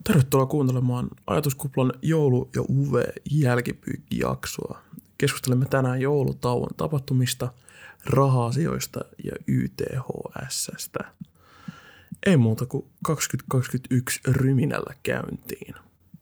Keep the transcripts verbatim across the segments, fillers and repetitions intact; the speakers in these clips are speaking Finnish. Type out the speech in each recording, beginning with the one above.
Tervetuloa kuuntelemaan Ajatuskuplan joulu- ja U V-jälkipyykkijaksoa. Keskustelemme tänään joulutauon tapahtumista, raha-asioista ja Y T H S:stä. Ei muuta kuin kaksituhattakaksikymmentäyksi ryminällä käyntiin.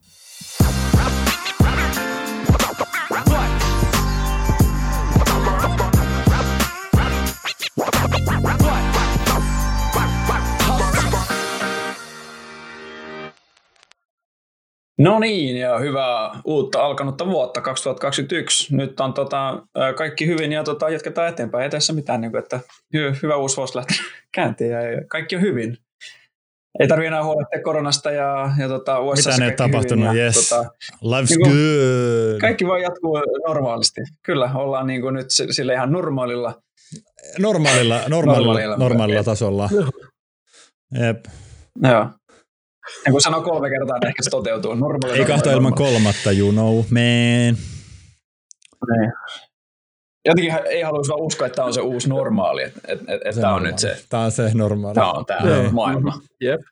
No niin, ja hyvää uutta alkanutta vuotta kaksituhattakaksikymmentäyksi. Nyt on tota, kaikki hyvin ja tota, jatketaan eteenpäin. Ei tässä mitään, niin kuin, että hy- hyvä uusi vuosi lähtee käyntiin ja kaikki on hyvin. Ei tarvitse enää huolehtia koronasta ja, ja tota, U S A mitä ne tapahtunut, ja, yes. Tota, life's niin kuin, good. Kaikki voi jatkuu normaalisti. Kyllä, ollaan niin kuin nyt sille ihan normaalilla. Normaalilla, normaalilla, normaalilla tasolla. Jep. Joo. Ja kun sanoo kolme kertaa, niin ehkä se toteutuu. Normaali, ei kahta ilman kolmatta, you know, man. Ne. Jotenkin ei haluaisi vaan uskoa, että tämä on se uusi normaali. Että et, et, et tämä on nyt se. Tämä on se normaali. Tämä on tämä no. maailma. Jep.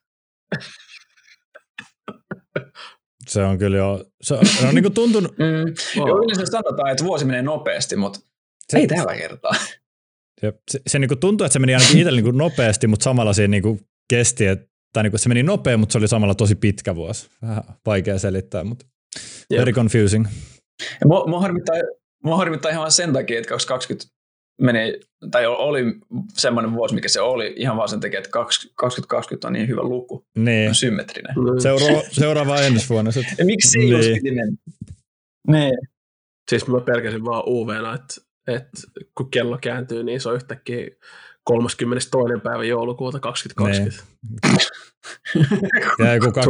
Se on kyllä jo, se on, se on niin kuin tuntunut. Mm. Wow. Joo, yleensä sanotaan, että vuosi menee nopeasti, mutta se, ei tällä kertaa. Se, se, se niin kuin tuntuu, että se meni ainakin itselle niin kuin nopeasti, mutta samalla siinä niin kuin kesti, että tai niin kuin se meni nopea, mutta se oli samalla tosi pitkä vuosi. Vähän vaikea selittää, mutta yep. Very confusing. Ja mua, mua, harmittaa, mua harmittaa ihan sen takia, että kaksituhattakaksikymmentä meni, tai oli semmoinen vuosi, mikä se oli, ihan vaan sen takia, että kaksituhattakaksikymmentä on niin hyvä luku. Niin. On symmetrinen. Seuraava, seuraava ensi vuonna. Ja miksi se ei niin. Piti mennä? Niin. Siis mä pelkäsin vaan U V:na, että, että kun kello kääntyy, niin se on yhtäkkiä kolmaskymmenestoinen päivä joulukuuta kaksituhattakaksikymmentä. Ja joku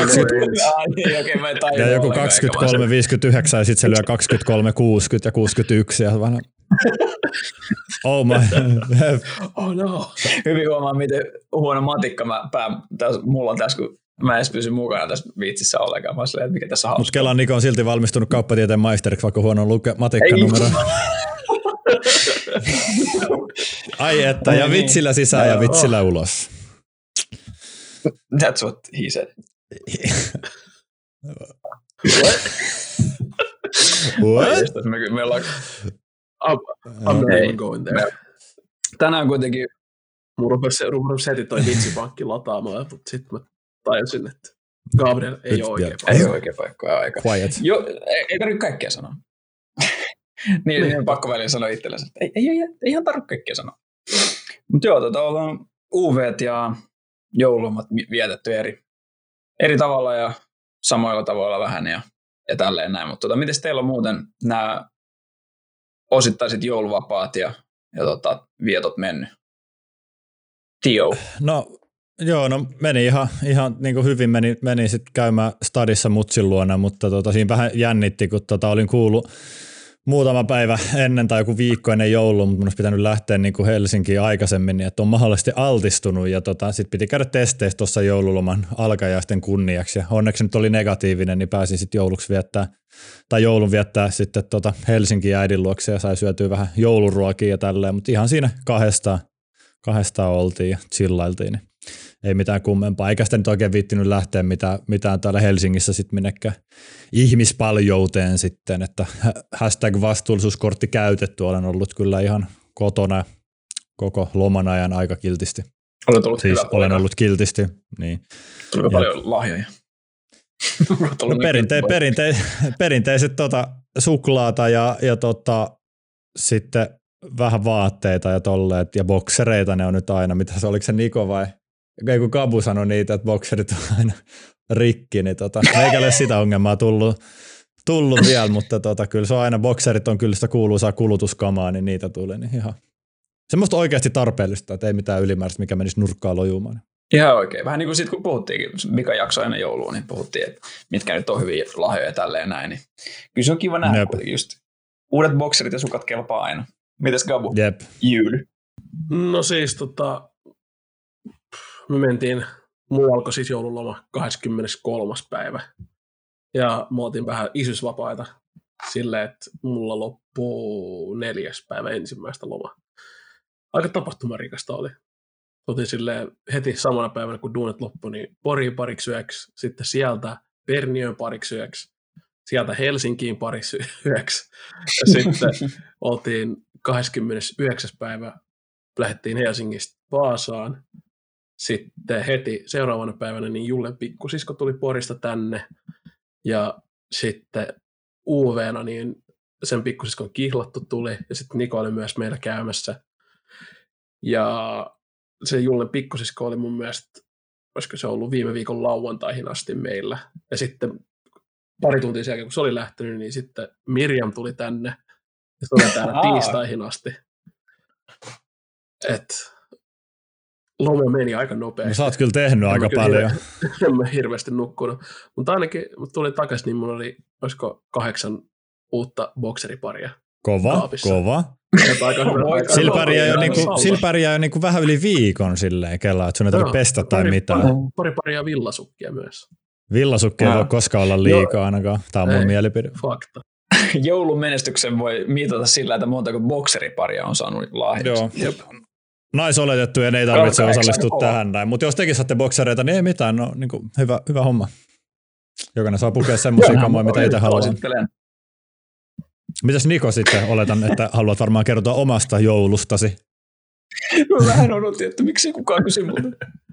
kaksikymmentäkolme viisikymmentäyhdeksän ja sitten se lyö kaksikymmentäkolme kuusikymmentä ja kuusikymmentäyksi. Ja vaan... oh my. Oh no. Hyvin huomaa, miten huono matikka mä pää, täs, mulla on tässä, kun mä en edes pysy mukana tässä viitsissä ollenkaan. Mä silleen, että mikä tässä on hauska. Mutta Kelan Niko on silti valmistunut kauppatieteen maisteriksi, vaikka huono luke- matikkanumero. Ai että, ja vitsillä sisään ja vitsillä ulos. That's what he said. What? What? Me, me ollaan... I'm, I'm not even going there. Tänään kuitenkin... Mun rupesi, rupesi heti toi vitsipankki lataamaan, mutta sitten mä tajusin, että Gabriel ei ole oikea paikka. Ei ole oikea paikka. Aika. Quiet. Jo, ei, ei tarvitse kaikkea sanoa. niin, niin pakko väliin sanoa itsellensä, että ei, ei, ei, ei ihan tarvitse kaikkea sanoa. Mutta joo, tota, ollaan U V:t ja joululomat vietetty eri, eri tavalla ja samoilla tavoilla vähän ja, ja tälleen näin. Mutta tota, miten teillä on muuten nämä osittaiset jouluvapaat ja, ja tota, vietot mennyt? Tio. No joo, no meni ihan, ihan niin kuin hyvin, meni, meni sitten käymään stadissa mutsin luona, mutta tota, siinä vähän jännitti, kun tota, olin kuullut muutama päivä ennen tai joku viikko ennen joulua, mutta mun olisi pitänyt lähteä niin kuin Helsinkiin aikaisemmin, niin että on mahdollisesti altistunut ja tota, sitten piti käydä testeissä tuossa joululoman alkajaisten kunniaksi ja onneksi nyt oli negatiivinen, niin pääsin sitten jouluksi viettää tai joulun viettää sitten tota Helsingin äidin luokse ja sai syötyä vähän jouluruokia ja tälleen, mutta ihan siinä kahdestaan, kahdestaan oltiin ja chillailtiin, niin ei mitään kummempaa, eikä sitä nyt oikein viittinyt lähteä mitään, mitään täällä Helsingissä sitten minnekään ihmispaljouteen sitten, että hashtag vastuullisuuskortti käytetty, olen ollut kyllä ihan kotona koko loman ajan aika kiltisti. Olet ollut siis hyvä olen poika. Ollut kiltisti, niin. Tuli paljon lahjoja. no, perinte- perinte- perinteiset tota, suklaata ja, ja tota, sitten vähän vaatteita ja tolleet ja boksereita ne on nyt aina, mitä se oliko se Niko vai? Kun Kabu sanoi niitä, että bokserit on aina rikki, niin tota, eikä ole sitä ongelmaa tullut, tullut vielä, mutta tota, kyllä se on aina, bokserit on kyllä sitä kuuluisaa kulutuskamaa, niin niitä tuli, niin ihan semmoista oikeasti tarpeellista, että ei mitään ylimääräistä, mikä menisi nurkkaan lojumaan. Ihan oikein. Vähän niin kuin siitä, kun puhuttiinkin, mikä jakso ennen joulua, niin puhuttiin, että mitkä nyt on hyviä lahjoja ja tälleen näin, niin kyllä se on kiva nähdä kuitenkin just uudet bokserit ja sukat kelpaa aina. Mites Gabu? Jep. Jyyly. No siis tota, me mentiin, mulla alkoi siis joululoma kahdeskymmeneskolmas päivä. Ja mä otin vähän isyysvapaita silleen, että mulla loppuu neljäs päivä ensimmäistä lomaa. Aika tapahtumarikasta oli. otin silleen heti samana päivänä, kun duunit loppui, niin Poriin pariksi yöksi, sitten sieltä Perniöön pariksi yöksi, sieltä Helsinkiin pariksi yöksi, ja sitten oltiin kahdeskymmenesyhdeksäs päivä, lähdettiin Helsingistä Vaasaan, sitten heti seuraavana päivänä niin Jullen pikkusisko tuli Porista tänne, ja sitten U V:na niin sen pikkusiskon kihlattu tuli, ja sitten Niko oli myös meillä käymässä. Ja se Jullen pikkusisko oli mun mielestä, olisiko se ollut viime viikon lauantaihin asti meillä. Ja sitten pari tuntia sen jälkeen, kun se oli lähtenyt, niin sitten Mirjam tuli tänne, ja se oli täällä tiistaihin asti. Et loma meni aika nopeasti. No sä oot kyllä tehnyt en aika paljon. Hirve, en mä hirveästi nukkunut. Mutta ainakin, kun tuli takaisin, niin mulla oli, olisiko kahdeksan uutta bokseriparia. Kova, kaapissa. kova. Sillä pärjää jo, niinku, jo niinku vähän yli viikon silleen kelaa, että sun ei tarvitse pestä tai pari, mitään. Pari, pari paria villasukkia myös. Villasukkia ei voi koskaan olla liikaa ainakaan. Tämä on mun ei, mielipide. Fakta. Joulun menestyksen voi mitata sillä, että montako bokseriparia on saanut lahjaksi. Joo. Naisoletettuja ei tarvitse osallistua tähän näin, mutta jos tekin saatte boksereita, niin ei mitään, no niin kuin, hyvä, hyvä homma. Jokainen saa pukea semmoisia kamoja, mitä itse haluaa. Mitäs Niko sitten, oletan, että haluat varmaan kertoa omasta joulustasi? No vähän odotin, että miksi kukaan kysyi multa.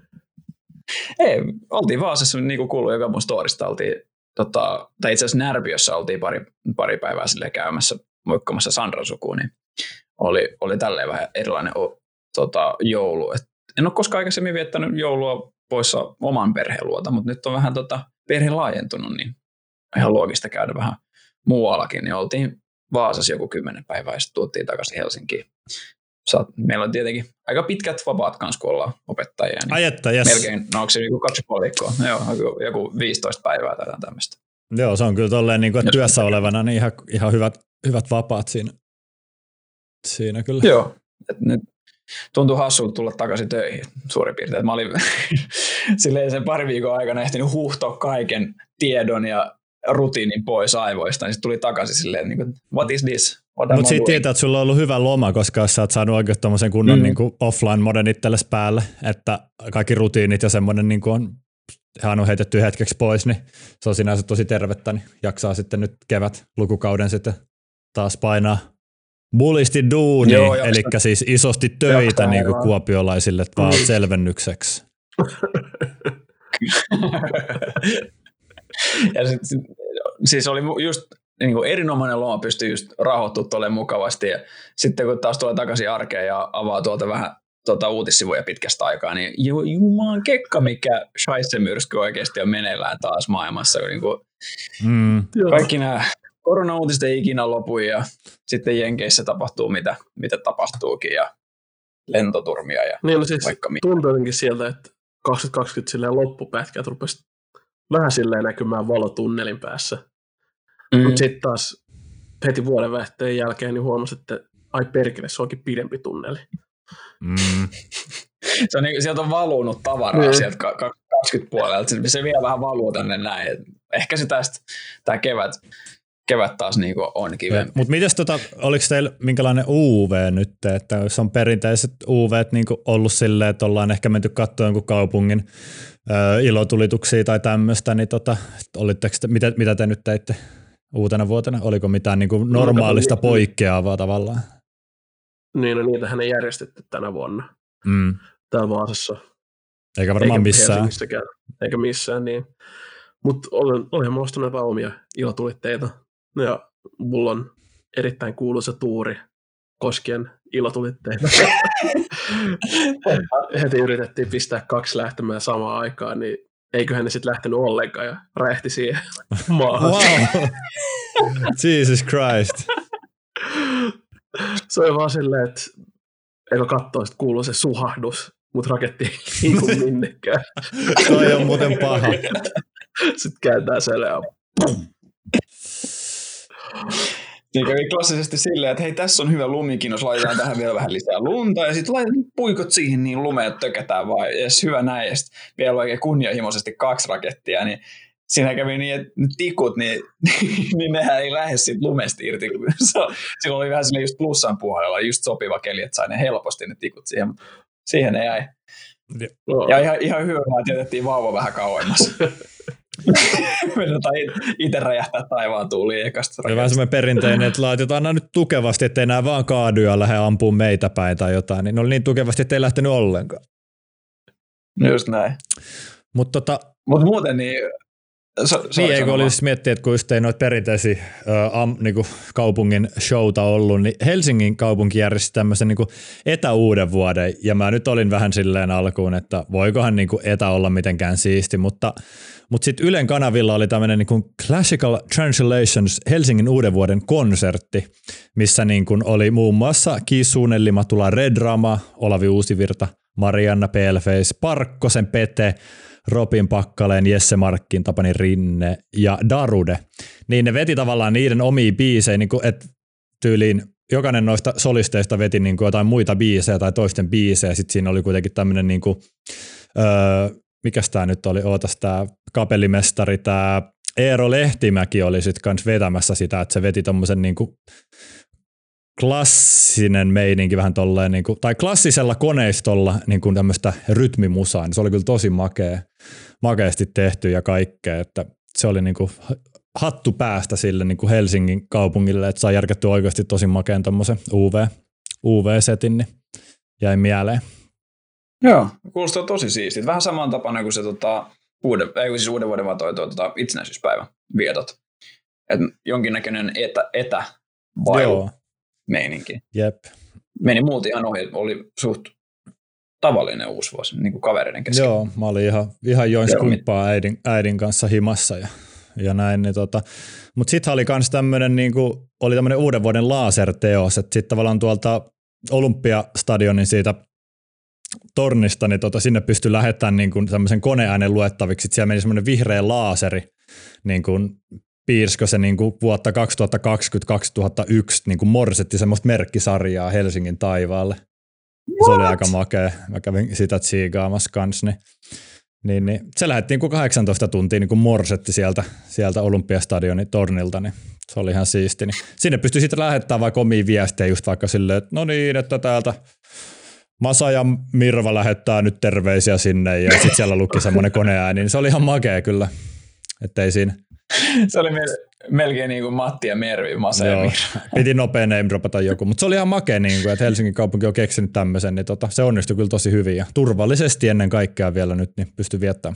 Ei, oltiin Vaasassa, niin kuin kuului joka mun storista, oltiin, tota, tai itse asiassa Närpiössä oltiin pari, pari päivää silleen käymässä, moikkamassa Sandran sukuun, niin oli, oli tälleen vähän erilainen tota, joulu. Et en ole koskaan aikaisemmin viettänyt joulua poissa oman perheen luota, mutta nyt on vähän tota, perhe laajentunut, niin ihan loogista käydä vähän muuallakin. Niin oltiin Vaasassa joku kymmenen päivää ja sitten tuotiin takaisin Helsinkiin. Saat, meillä on tietenkin aika pitkät vapaat kanssa, kun ollaan opettajia. Niin Ajetta, yes. Melkein, no onko se joku kaksi puoli viikkoa? Joo, joku, joku viisitoista päivää tai tämmöistä. Joo, se on kyllä tolleen niin kuin, että työssä olevana niin ihan, ihan hyvät, hyvät vapaat siinä. Siinä kyllä. Joo, että nyt tuntui hassulta tulla takaisin töihin suurin piirtein. Mä olin silleen sen pari viikon aikana ehtinyt huuhtoa kaiken tiedon ja rutiinin pois aivoista, niin sitten tuli takaisin silleen, niin kuin, what is this? Mutta siitä tietää, että sulla on ollut hyvä loma, koska sä oot saanut oikein tommosen kunnon mm. niin kuin offline-moden itsellesi päälle, että kaikki rutiinit ja semmoinen niin kuin on ihan on heitetty hetkeksi pois, niin se on sinänsä tosi tervettä, niin jaksaa sitten nyt kevät lukukauden sitten taas painaa bullisti duuni, eli siis isosti töitä niin kuin kuopiolaisille vaan mm. selvennykseksi. Ja sit, siis oli just niin kuin erinomainen loma, pystyi just rauhoittumaan tuolle mukavasti ja sitten kun taas tulee takaisin arkeen ja avaa tuolta vähän tuota uutissivuja pitkästä aikaa, niin jumaan kekka, mikä scheisse-myrsky oikeasti on meneillään taas maailmassa. Niin kuin mm. Kaikki nämä koronauutiset ei ikinä lopu ja sitten Jenkeissä tapahtuu mitä, mitä tapahtuukin ja lentoturmia ja niin, no siis vaikka mitä. Tuntuu jotenkin sieltä, että kaksituhattakaksikymmentä silleen loppupätkät rupesi vähän silleen näkymään valotunnelin päässä. Mm. Mutta sitten taas heti vuodenvaihteen jälkeen niin huomasi, että ai perkele, se onkin pidempi tunneli. Mm. Se on niin, sieltä on valunut tavaraa mm. sieltä kaksikymmentä puolelta. Se vielä vähän valuu tänne näin. Ehkä se tästä, tämä kevät, kevät taas niin on kivempi. Mutta mites tota, oliko teillä minkälainen U V nyt, että jos on perinteiset U V:t niin ollut silleen, että ollaan ehkä menty katsoa jonkun kaupungin ö, ilotulituksia tai tämmöistä, niin tota, te, mitä, mitä te nyt teitte uutena vuotena? Oliko mitään niin kuin normaalista poikkeavaa tavallaan? Niin, no niitähän ei järjestetty tänä vuonna mm. täällä Vaasassa. Eikä varmaan eikä missään. Eikä missään, niin. Mutta olen, olen mulla ostanut jotain omia ilotulitteita. Ja mulla on erittäin kuuluisa tuuri koskien ilotulitteita. Heti yritettiin pistää kaksi lähtemään samaan aikaan, niin eiköhän ne sitten lähtenyt ollenkaan ja räjähti siihen maahan. Wow. Jesus Christ. Se oli vaan silleen, että eikö katsoa, että kuuluu se suhahdus, mutta raketti ei liiku minnekään. Toi on muuten paha. Sitten kääntää selää. Niin kävi klassisesti silleen, että hei, tässä on hyvä lumikin, laitetaan tähän vielä vähän lisää lunta, ja sitten laitetaan puikot siihen, niin lumea tökätään vaan, ja hyvä näin, ja sitten vielä oikein kunnianhimoisesti kaksi rakettia, niin siinä kävi niin, että tikut, niin, niin nehän ei lähde siitä lumesta irti. Silloin oli vähän silleen just plussan puolella, just sopiva keli, että sai ne helposti ne tikut siihen. siihen ei jäi. No. Ja ihan, ihan hyvä, että jätettiin vauva vähän kauemmas. Itse räjähtää taivaan tuuliin ekasta. Ja vähän semmoinen perinteinen, että laitetaan aina nyt tukevasti, ettei enää vaan kaadu ja lähde ampumaan meitä päin tai jotain. Niin ne oli niin tukevasti, ettei lähtenyt ollenkaan. Just näin. Mutta tota, Mut muuten niin... So, niin, eikö olisi miettiä, että kun just ei noita perinteisiä äh, am, niinku kaupungin showta ollut, niin Helsingin kaupunki järjesti tämmöisen niinku etäuuden vuoden, ja mä nyt olin vähän silleen alkuun, että voikohan niinku etä olla mitenkään siisti, mutta, mutta sitten Ylen kanavilla oli tämmöinen niinku Classical Translations Helsingin uuden vuoden konsertti, missä niinku oli muun muassa Kissunen, Limatula, Red Rama, Olavi Uusivirta, Marianna Paleface, Parkkosen Pete, Robin Pakkaleen, Jesse Markkin, Tapani Rinne ja Darude, niin ne veti tavallaan niiden omia biisejä, niin kuin, että tyyliin jokainen noista solisteista veti niin kuin jotain muita biisejä tai toisten biisejä, sitten siinä oli kuitenkin tämmöinen, niin kuin, öö, mikäs tämä nyt oli, ootas tämä kapellimestari, tämä Eero Lehtimäki oli sitten kans vetämässä sitä, että se veti tommosen niin kuin klassinen meininki vähän tolleen, niin kuin, tai klassisella koneistolla niin kuin tämmöistä rytmimusaa, niin se oli kyllä tosi makea, makeasti tehty ja kaikkea, että se oli niin kuin hattu päästä sille niin kuin Helsingin kaupungille, että saa järkättyä oikeasti tosi makeen tommosen U V, U V-setin, niin jäi mieleen. Joo, kuulostaa tosi siistiä. Vähän samaan tapana kuin se tota, uuden, ei siis uuden vuoden vaan toi, toi tota, itsenäisyyspäivän vietot. Et jonkinnäköinen etä, etä vailu meininki. Jep. Meni muut ihan ohi, oli suht tavallinen uusi vuosi, niin kuin kavereiden kesken. Joo, mä olin ihan, ihan join skumppaa äidin, äidin kanssa himassa ja, ja näin. Niin tota. Mutta sitten oli myös tämmöinen, niin oli tämmöinen uuden vuoden laserteos, että sitten tavallaan tuolta Olympiastadionin siitä tornista, niin tota, sinne pystyi lähettämään niin kuin tämmöisen koneäänen luettaviksi. Sitten siellä meni semmoinen vihreä laaseri, niin kuin piirsikö se niin kuin vuotta kaksituhattakaksikymmentä kaksituhattayksi niin kuin morsetti semmoista merkkisarjaa Helsingin taivaalle. What? Se oli aika makea. Mä kävin sitä tsiigaamassa kanssa. Niin, niin, niin. Se lähdettiin kuin kahdeksantoista tuntia niin kuin morsetti sieltä, sieltä Olympiastadionin tornilta, niin se oli ihan siisti. Niin sinne pystyi sitten lähettämään vaikka omia viestejä just vaikka silleen, että no niin, että täältä Masa ja Mirva lähettää nyt terveisiä sinne ja sitten siellä luki semmoinen koneääni, niin se oli ihan makea kyllä, ettei siinä. Se oli melkein niin kuin Matti ja Mervi, Masa ja Mirva. Piti nopea name dropata joku, mutta se oli ihan makea, niin kuin, että Helsingin kaupunki on keksinyt tämmöisen, niin tota, se onnistui kyllä tosi hyvin ja turvallisesti ennen kaikkea vielä nyt, niin pystyi viettämään.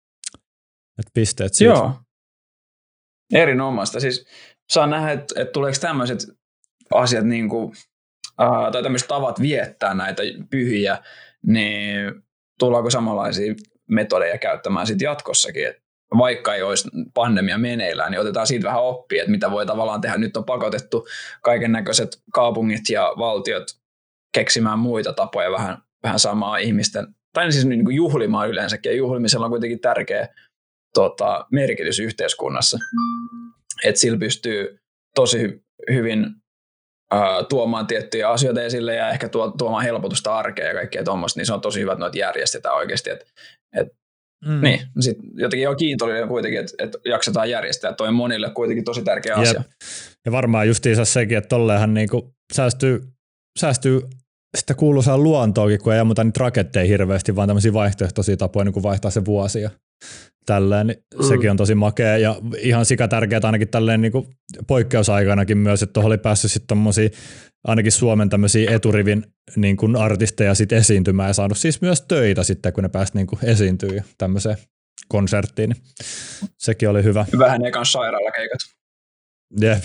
Et pisteet siitä. Joo, erinomaista. Siis saa nähdä, että, että tuleeko tämmöiset asiat niin kuin Uh, tai tämmöiset tavat viettää näitä pyhiä, niin tullaanko samanlaisia metodeja käyttämään sitten jatkossakin, että vaikka ei olisi pandemia meneillään, niin otetaan siitä vähän oppia, että mitä voi tavallaan tehdä. Nyt on pakotettu kaiken näköiset kaupungit ja valtiot keksimään muita tapoja vähän, vähän samaa ihmisten, tai siis niin kuin juhlimaan yleensäkin, ja juhlimisella on kuitenkin tärkeä tota, merkitys yhteiskunnassa, että sillä pystyy tosi hyvin tuomaan tiettyjä asioita esille ja ehkä tuo, tuomaan helpotusta arkeen ja kaikkea tuommoista, niin se on tosi hyvä, että noita järjestetään oikeasti. Et, et, mm. Niin, sit jotenkin on kiitollinen kuitenkin, että et jaksetaan järjestää. Toi on monille kuitenkin tosi tärkeä Jep. asia. Ja varmaan justiinsa sekin, että tolleenhan niinku säästyy, säästyy sitä kuuluisaa luontoakin, kun ei ammuta niitä raketteja hirveästi, vaan tämmöisiä vaihtoehtoisia tapoja niin kuin vaihtaa se vuosia. Tälleen, niin mm. sekin on tosi makea ja ihan sikatärkeää ainakin tälleen niin kuin poikkeusaikanakin myös, että tuohon oli päässyt sitten tommosia ainakin Suomen tämmöisiä eturivin niin kuin artisteja sit esiintymään ja saanut siis myös töitä sitten, kun ne pääsi niin kuin esiintyä tämmöiseen konserttiin. Niin sekin oli hyvä. Vähän ekan sairaalakeikat. Jep.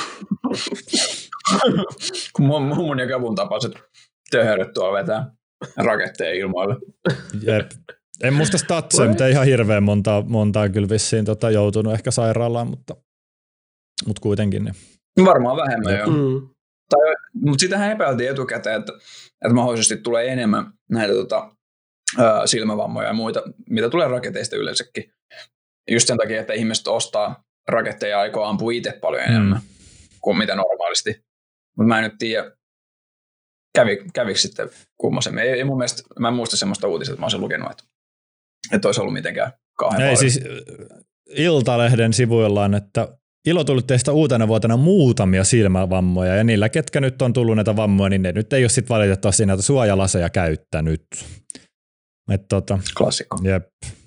Kun mun, mun ja Kavun tapaiset töhöröt tuolla vetää raketteja ilmoille. Jep. En muista statseja, mutta ei ihan hirveän montaa, montaa kyllä vissiin tota, joutunut ehkä sairaalaan, mutta, mutta kuitenkin. Niin. Varmaan vähemmän joo. Mm. Tai, mutta sitähän epäiltiin etukäteen, että, että mahdollisesti tulee enemmän näitä tota, ää, silmävammoja ja muita, mitä tulee raketeista yleensäkin. Just sen takia, että ihmiset ostaa raketteja ja aikoo ampua itse paljon enemmän mm. kuin mitä normaalisti. Mutta mä en nyt tiedä, kävi, kävikö sitten kummasemmin. Ei, ei mun mielestä, mä en muista semmoista uutista, että mä olisin lukenut, että että olisi ollut mitenkään kauhean Ei paljon. Siis Iltalehden sivuillaan, että ilotulitteista uutena vuotena muutamia silmävammoja, ja niillä, ketkä nyt on tullut näitä vammoja, niin ne nyt ei ole sitten valitettavasti näitä suojalaseja käyttänyt. Et tota, Klassikko. Jep.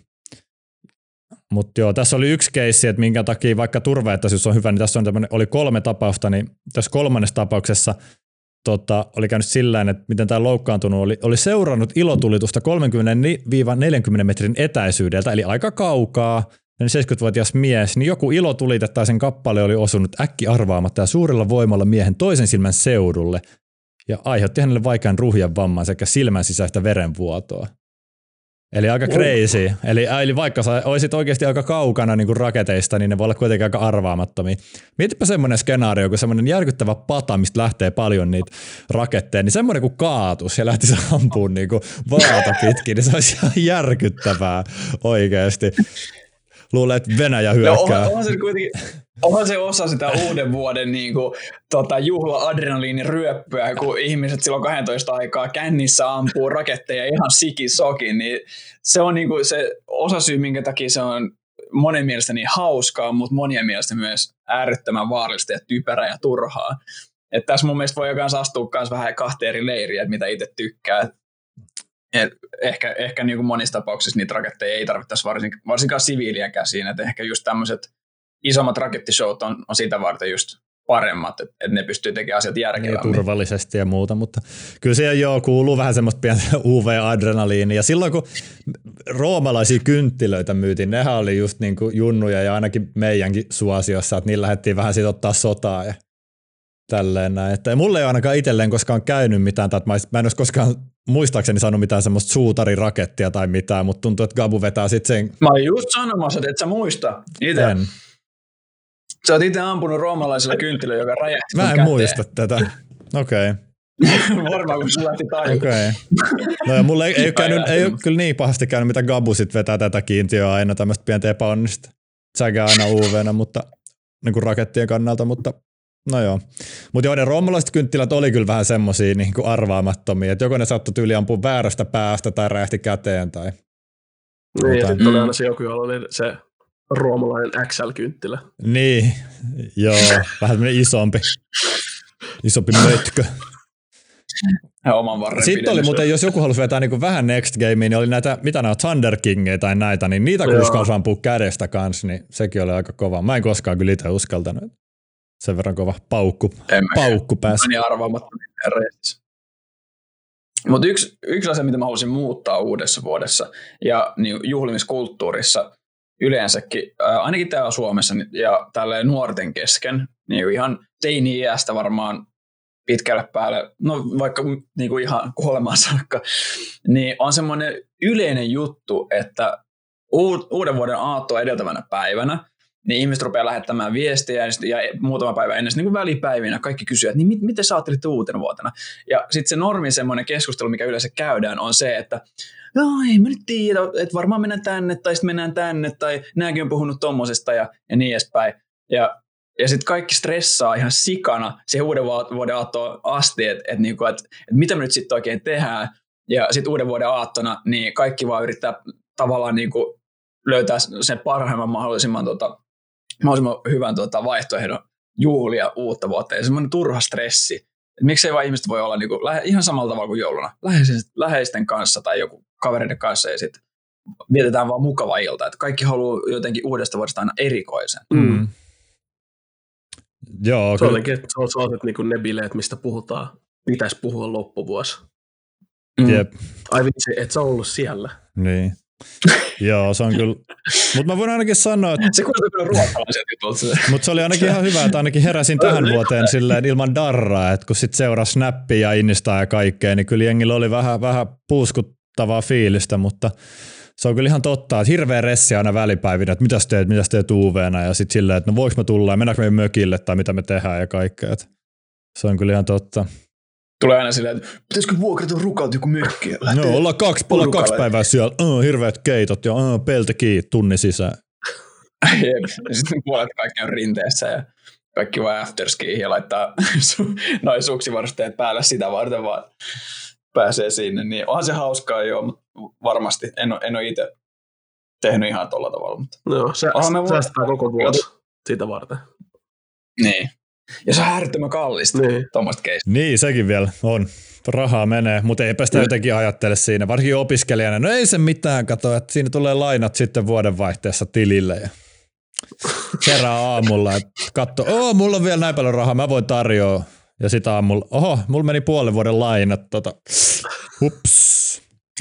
Mutta joo, tässä oli yksi keissi, että minkä takia vaikka turvaetäisyys on hyvä, niin tässä on tämmönen, oli kolme tapausta, niin tässä kolmannessa tapauksessa tota, oli käynyt sillä että miten tämä loukkaantunut oli, oli seurannut ilotulitusta kolmekymmentä neljäkymmentä metrin etäisyydeltä, eli aika kaukaa, ja seitsemänkymmentävuotias mies, niin joku ilotulite tai sen kappale oli osunut äkki arvaamatta ja suurella voimalla miehen toisen silmän seudulle, ja aiheutti hänelle vaikean ruhjan vamman sekä silmän sisäistä verenvuotoa. Eli aika crazy. Eli, eli vaikka sä olisit oikeasti aika kaukana niin kuin raketeista, niin ne voi olla kuitenkin aika arvaamattomia. Mietipä semmoinen skenaario, kun semmoinen järkyttävä pata, mistä lähtee paljon niitä raketteja, niin semmoinen kuin kaatus ja lähtisi ampumaan niin kuin vaata pitkin, niin se olisi ihan järkyttävää oikeasti. Luulen, että Venäjä hyökkää. No, onhan, se kuitenkin, onhan se osa sitä uuden vuoden niin kuin, tota, juhla-adrenaliiniryöppyä, kun ihmiset silloin kaksitoista aikaa kännissä ampuu raketteja ihan sikisokin, niin se on niin kuin, se osasyy, minkä takia se on monen mielestä niin hauskaa, mutta monien mielestä myös äärettömän vaarallista ja typerää ja turhaa. Että tässä mun mielestä voi jokainen astua myös vähän kahteen eri leiriä, että mitä itse tykkää. Et ehkä ehkä niin kuin monissa tapauksissa niitä raketteja ei tarvittaisi varsin, varsinkaan siviilien käsiin, että ehkä just tämmöiset isommat rakettishowt on, on sitä varten just paremmat, että et ne pystyy tekemään asiat järkevämmin. Turvallisesti ja muuta, mutta kyllä siihen joo kuuluu vähän semmoista pientä U V-adrenaliinia. Ja silloin kun roomalaisia kynttilöitä myytiin, nehän oli just niin kuin junnuja ja ainakin meidänkin suosiossa, että niillä lähdettiin vähän siitä ottaa sotaa ja tälleen näin. Että mulle ei ole ainakaan itselleen koskaan käynyt mitään, tai mä en olisi koskaan muistaakseni saanut mitään semmoista suutarirakettia tai mitään, mutta tuntuu, että Gabu vetää sitten sen. Mä olin just sanomassa, että et sä muista itse. En. Sä oot itse ampunut roomalaisella kynttilöllä, joka räjähti Mä en käteen. muista tätä. Okei. Okay. Varmaan, kun sulla lähti taivaan. Okei. Okay. No ja mulle ei, ei, ole käynyt, ei ole kyllä niin pahasti käynyt, mitä Gabu sit vetää tätä kiintiöä aina tämmöistä pientä epäonnista. Säkää aina U V:nä, mutta niin kuin rakettien kannalta, mutta no joo. Mutta joo, ne roomalaiset kynttilät oli kyllä vähän semmosia niin kuin arvaamattomia, että joko ne saattoi tyyli ampua väärästä päästä tai räjähti käteen tai niin, ja sitten oli aina se joku, jolla oli se roomalainen X L-kynttilä. Niin, joo, vähän semmoinen isompi, isompi mötkö. Oman varren Sitten pidennys. oli muuten, jos joku halusi vetää niin vähän Next Gamea, niin oli näitä, mitä nämä Thunder Kingeja tai näitä, niin niitä kun uskalsi ampua kädestä kanssa, niin sekin oli aika kova. Mä en koskaan kyllä itse uskaltanut. Sen verran kova paukku, paukku pääsi. Meni arvaamattomia reissä. Mutta yksi, yksi asia, mitä mä haluaisin muuttaa uudessa vuodessa ja niin juhlimiskulttuurissa yleensäkin, ää, ainakin täällä Suomessa ja tälleen nuorten kesken, niin ihan teini-iästä varmaan pitkälle päälle, no vaikka niin kuin ihan kuolemaan saakka, niin on semmoinen yleinen juttu, että uuden vuoden aattoa edeltävänä päivänä niin ihmiset rupeaa lähettämään viestejä ja muutama päivä ennen niin kuin välipäivinä kaikki kysyvät, että niin mit, miten sä ajattelitte uutena vuotena? Ja sitten se normi semmoinen keskustelu, mikä yleensä käydään, on se, että no ei mä nyt tiedä, että varmaan mennään tänne tai sitten mennään tänne tai nääkin on puhunut tommosesta ja, ja niin edespäin. Ja, ja sitten kaikki stressaa ihan sikana siihen uuden vuoden aattoon asti, että et, niinku, et, et mitä me nyt sitten oikein tehdään. Ja sitten uuden vuoden aattona niin kaikki vaan yrittää tavallaan niinku löytää sen parhaimman mahdollisimman tota, mahdollisimman hyvän tuota, vaihtoehdon juhlia uutta vuotta ja semmoinen turha stressi. Et miksei vaan ihmiset voi olla niinku, lähe, ihan samalla tavalla kuin jouluna, läheisten, läheisten kanssa tai joku kavereiden kanssa ja sitten vietetään vaan mukava ilta. Et kaikki haluaa jotenkin uudesta vuodesta aina erikoisen. Mm. Joo, se kyllä. olikin, että se on niinku ne bileet, mistä puhutaan. Pitäisi puhua loppuvuosi. Mm. Jep. Ai vitsi, et sä ollut siellä. Niin. Joo, se on kyllä. Mutta mä voin ainakin sanoa, että se kuulostaa kyllä ruotsalaiset jutulta. Mutta se oli ainakin ihan hyvä, että ainakin heräsin tähän vuoteen silleen ilman darraa, että kun sitten seurasi snappia ja Instaa ja kaikkea, niin kyllä jengillä oli vähän, vähän puuskuttavaa fiilistä, mutta se on kyllä ihan totta, että hirveä ressi aina välipäivinä, että mitäs teet, mitäs teet U V:nä ja sitten silleen, että no voiko mä tulla ja mennäänkö me mökille tai mitä me tehdään ja kaikkea. Että se on kyllä ihan totta. Tulee aina silleen, että pitäisikö vuokrata rukalta joku mökki? No, ollaan kaksi, ollaan kaksi päivää siellä, oh, hirveät keitot ja oh, pelte kiinni tunnin sisään. Ja sitten puolet kaikki on rinteessä ja kaikki vaan afterskiin ja laittaa noin suksivarusteet päälle sitä varten vaan pääsee sinne. Niin onhan se hauskaa jo, mutta varmasti en ole, en ole itse tehnyt ihan tolla tavalla. Mutta no, sä, säästää koko vuosi sitä varten. Niin. Ja se on äärettömän kallista, niin. tuommoista keistä. Niin, sekin vielä on. Rahaa menee, mutta eipä sitä mm. jotenkin ajattele siinä, varsinkin opiskelijana. No ei se mitään, kato, että siinä tulee lainat sitten vuodenvaihteessa tilille ja herää aamulla, että katso, oo, mulla on vielä näin paljon rahaa, mä voin tarjoa. Ja sitten aamulla, oho, mulla meni puolen vuoden lainat, tota, hups.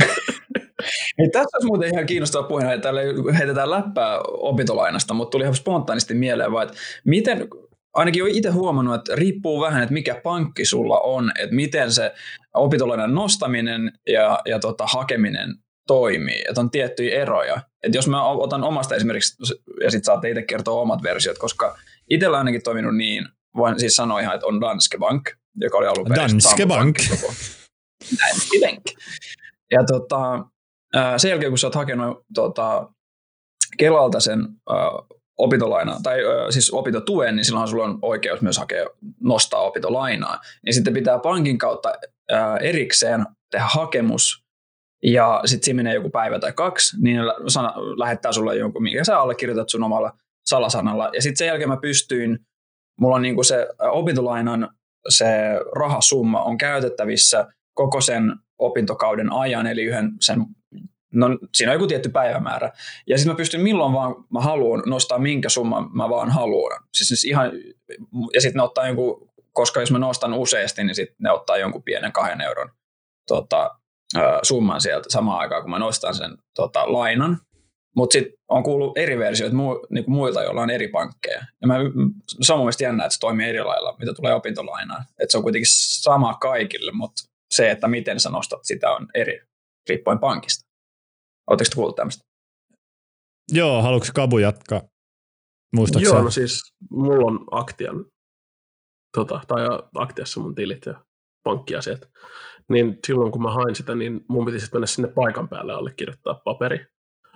Hei, tässä olisi muuten ihan kiinnostava puheen, että täällä heitetään läppää opintolainasta, mutta tuli ihan spontaanisti mieleen vaan, että miten, ainakin olen itse huomannut, että riippuu vähän, että mikä pankki sulla on, että miten se opintolainan nostaminen ja, ja tota, hakeminen toimii, että on tiettyjä eroja. Että jos mä otan omasta esimerkiksi, ja sitten saatte itse kertoa omat versiot, koska itsellä ainakin toiminut niin, voin siis sanoa ihan, että on Danske Bank, joka oli alun perin Danske Bank. Danske Bank. Ja tota, sen jälkeen, kun sä oot hakenut tota, Kelalta sen uh, opintolainaa, tai uh, siis opintotuen, niin silloinhan sulla on oikeus myös hakea, nostaa opintolainaa. Niin sitten pitää pankin kautta uh, erikseen tehdä hakemus, ja sitten siinä menee joku päivä tai kaksi, niin sana, lähettää sulle jonkun, minkä sä allekirjoitat sun omalla salasanalla. Ja sitten sen jälkeen mä pystyin, mulla on niinku se opintolainan se rahasumma on käytettävissä koko sen opintokauden ajan, eli yhden sen, no siinä on joku tietty päivämäärä. Ja sitten mä pystyn milloin vaan mä haluan nostaa minkä summan mä vaan haluan. Siis, siis ihan, ja sitten ne ottaa jonkun, koska jos mä nostan useasti, niin sitten ne ottaa jonkun pienen kahden euron tota, summan sieltä samaan aikaan, kun mä nostan sen tota, lainan. Mutta sitten on kuullut eri versioita mu, niinku muilta, joilla on eri pankkeja. Ja mä, se on mun mielestä jännä, että se toimii eri lailla, mitä tulee opintolainaan. Että se on kuitenkin sama kaikille, mutta se, että miten sä nostat sitä, on eri riippuen pankista. Oletteko te kuullut tämmöistä? Joo, haluatko Kabu jatkaa? Muistaakseni? Joo, no siis mulla on Aktian, tota, tai Aktiassa mun tilit ja pankkiasiat. Niin silloin kun mä hain sitä, niin mun piti sitten mennä sinne paikan päälle allekirjoittaa paperi.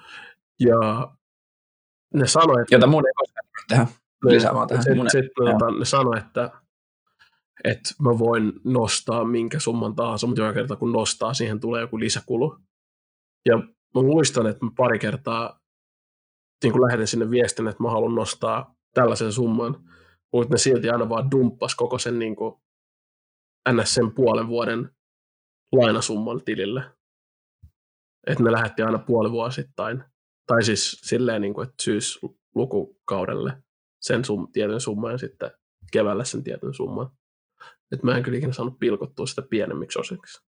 Ja ne sanoi, että... Jota mun ei koskaan tehdä lisäämään tähän. Sitten sit, ne sanoi, että, että mä voin nostaa minkä summan tahansa, mutta joka kerta kun nostaa, siihen tulee joku lisäkulu. Ja mä muistan, että mä pari kertaa niin kun lähetin sinne viestin, että mä haluan nostaa tällaisen summan, mutta ne silti aina vaan dumppas koko sen niin kuin ns. Sen puolen vuoden lainasumman tilille. Että ne lähetti aina puolivuosittain. Tai siis silleen, niin kuin, että syyslukukaudelle sen sum, tietyn summan ja sitten keväällä sen tietyn summan. Että mä en kyllä ikinä saanut pilkottua sitä pienemmiksi osiksi.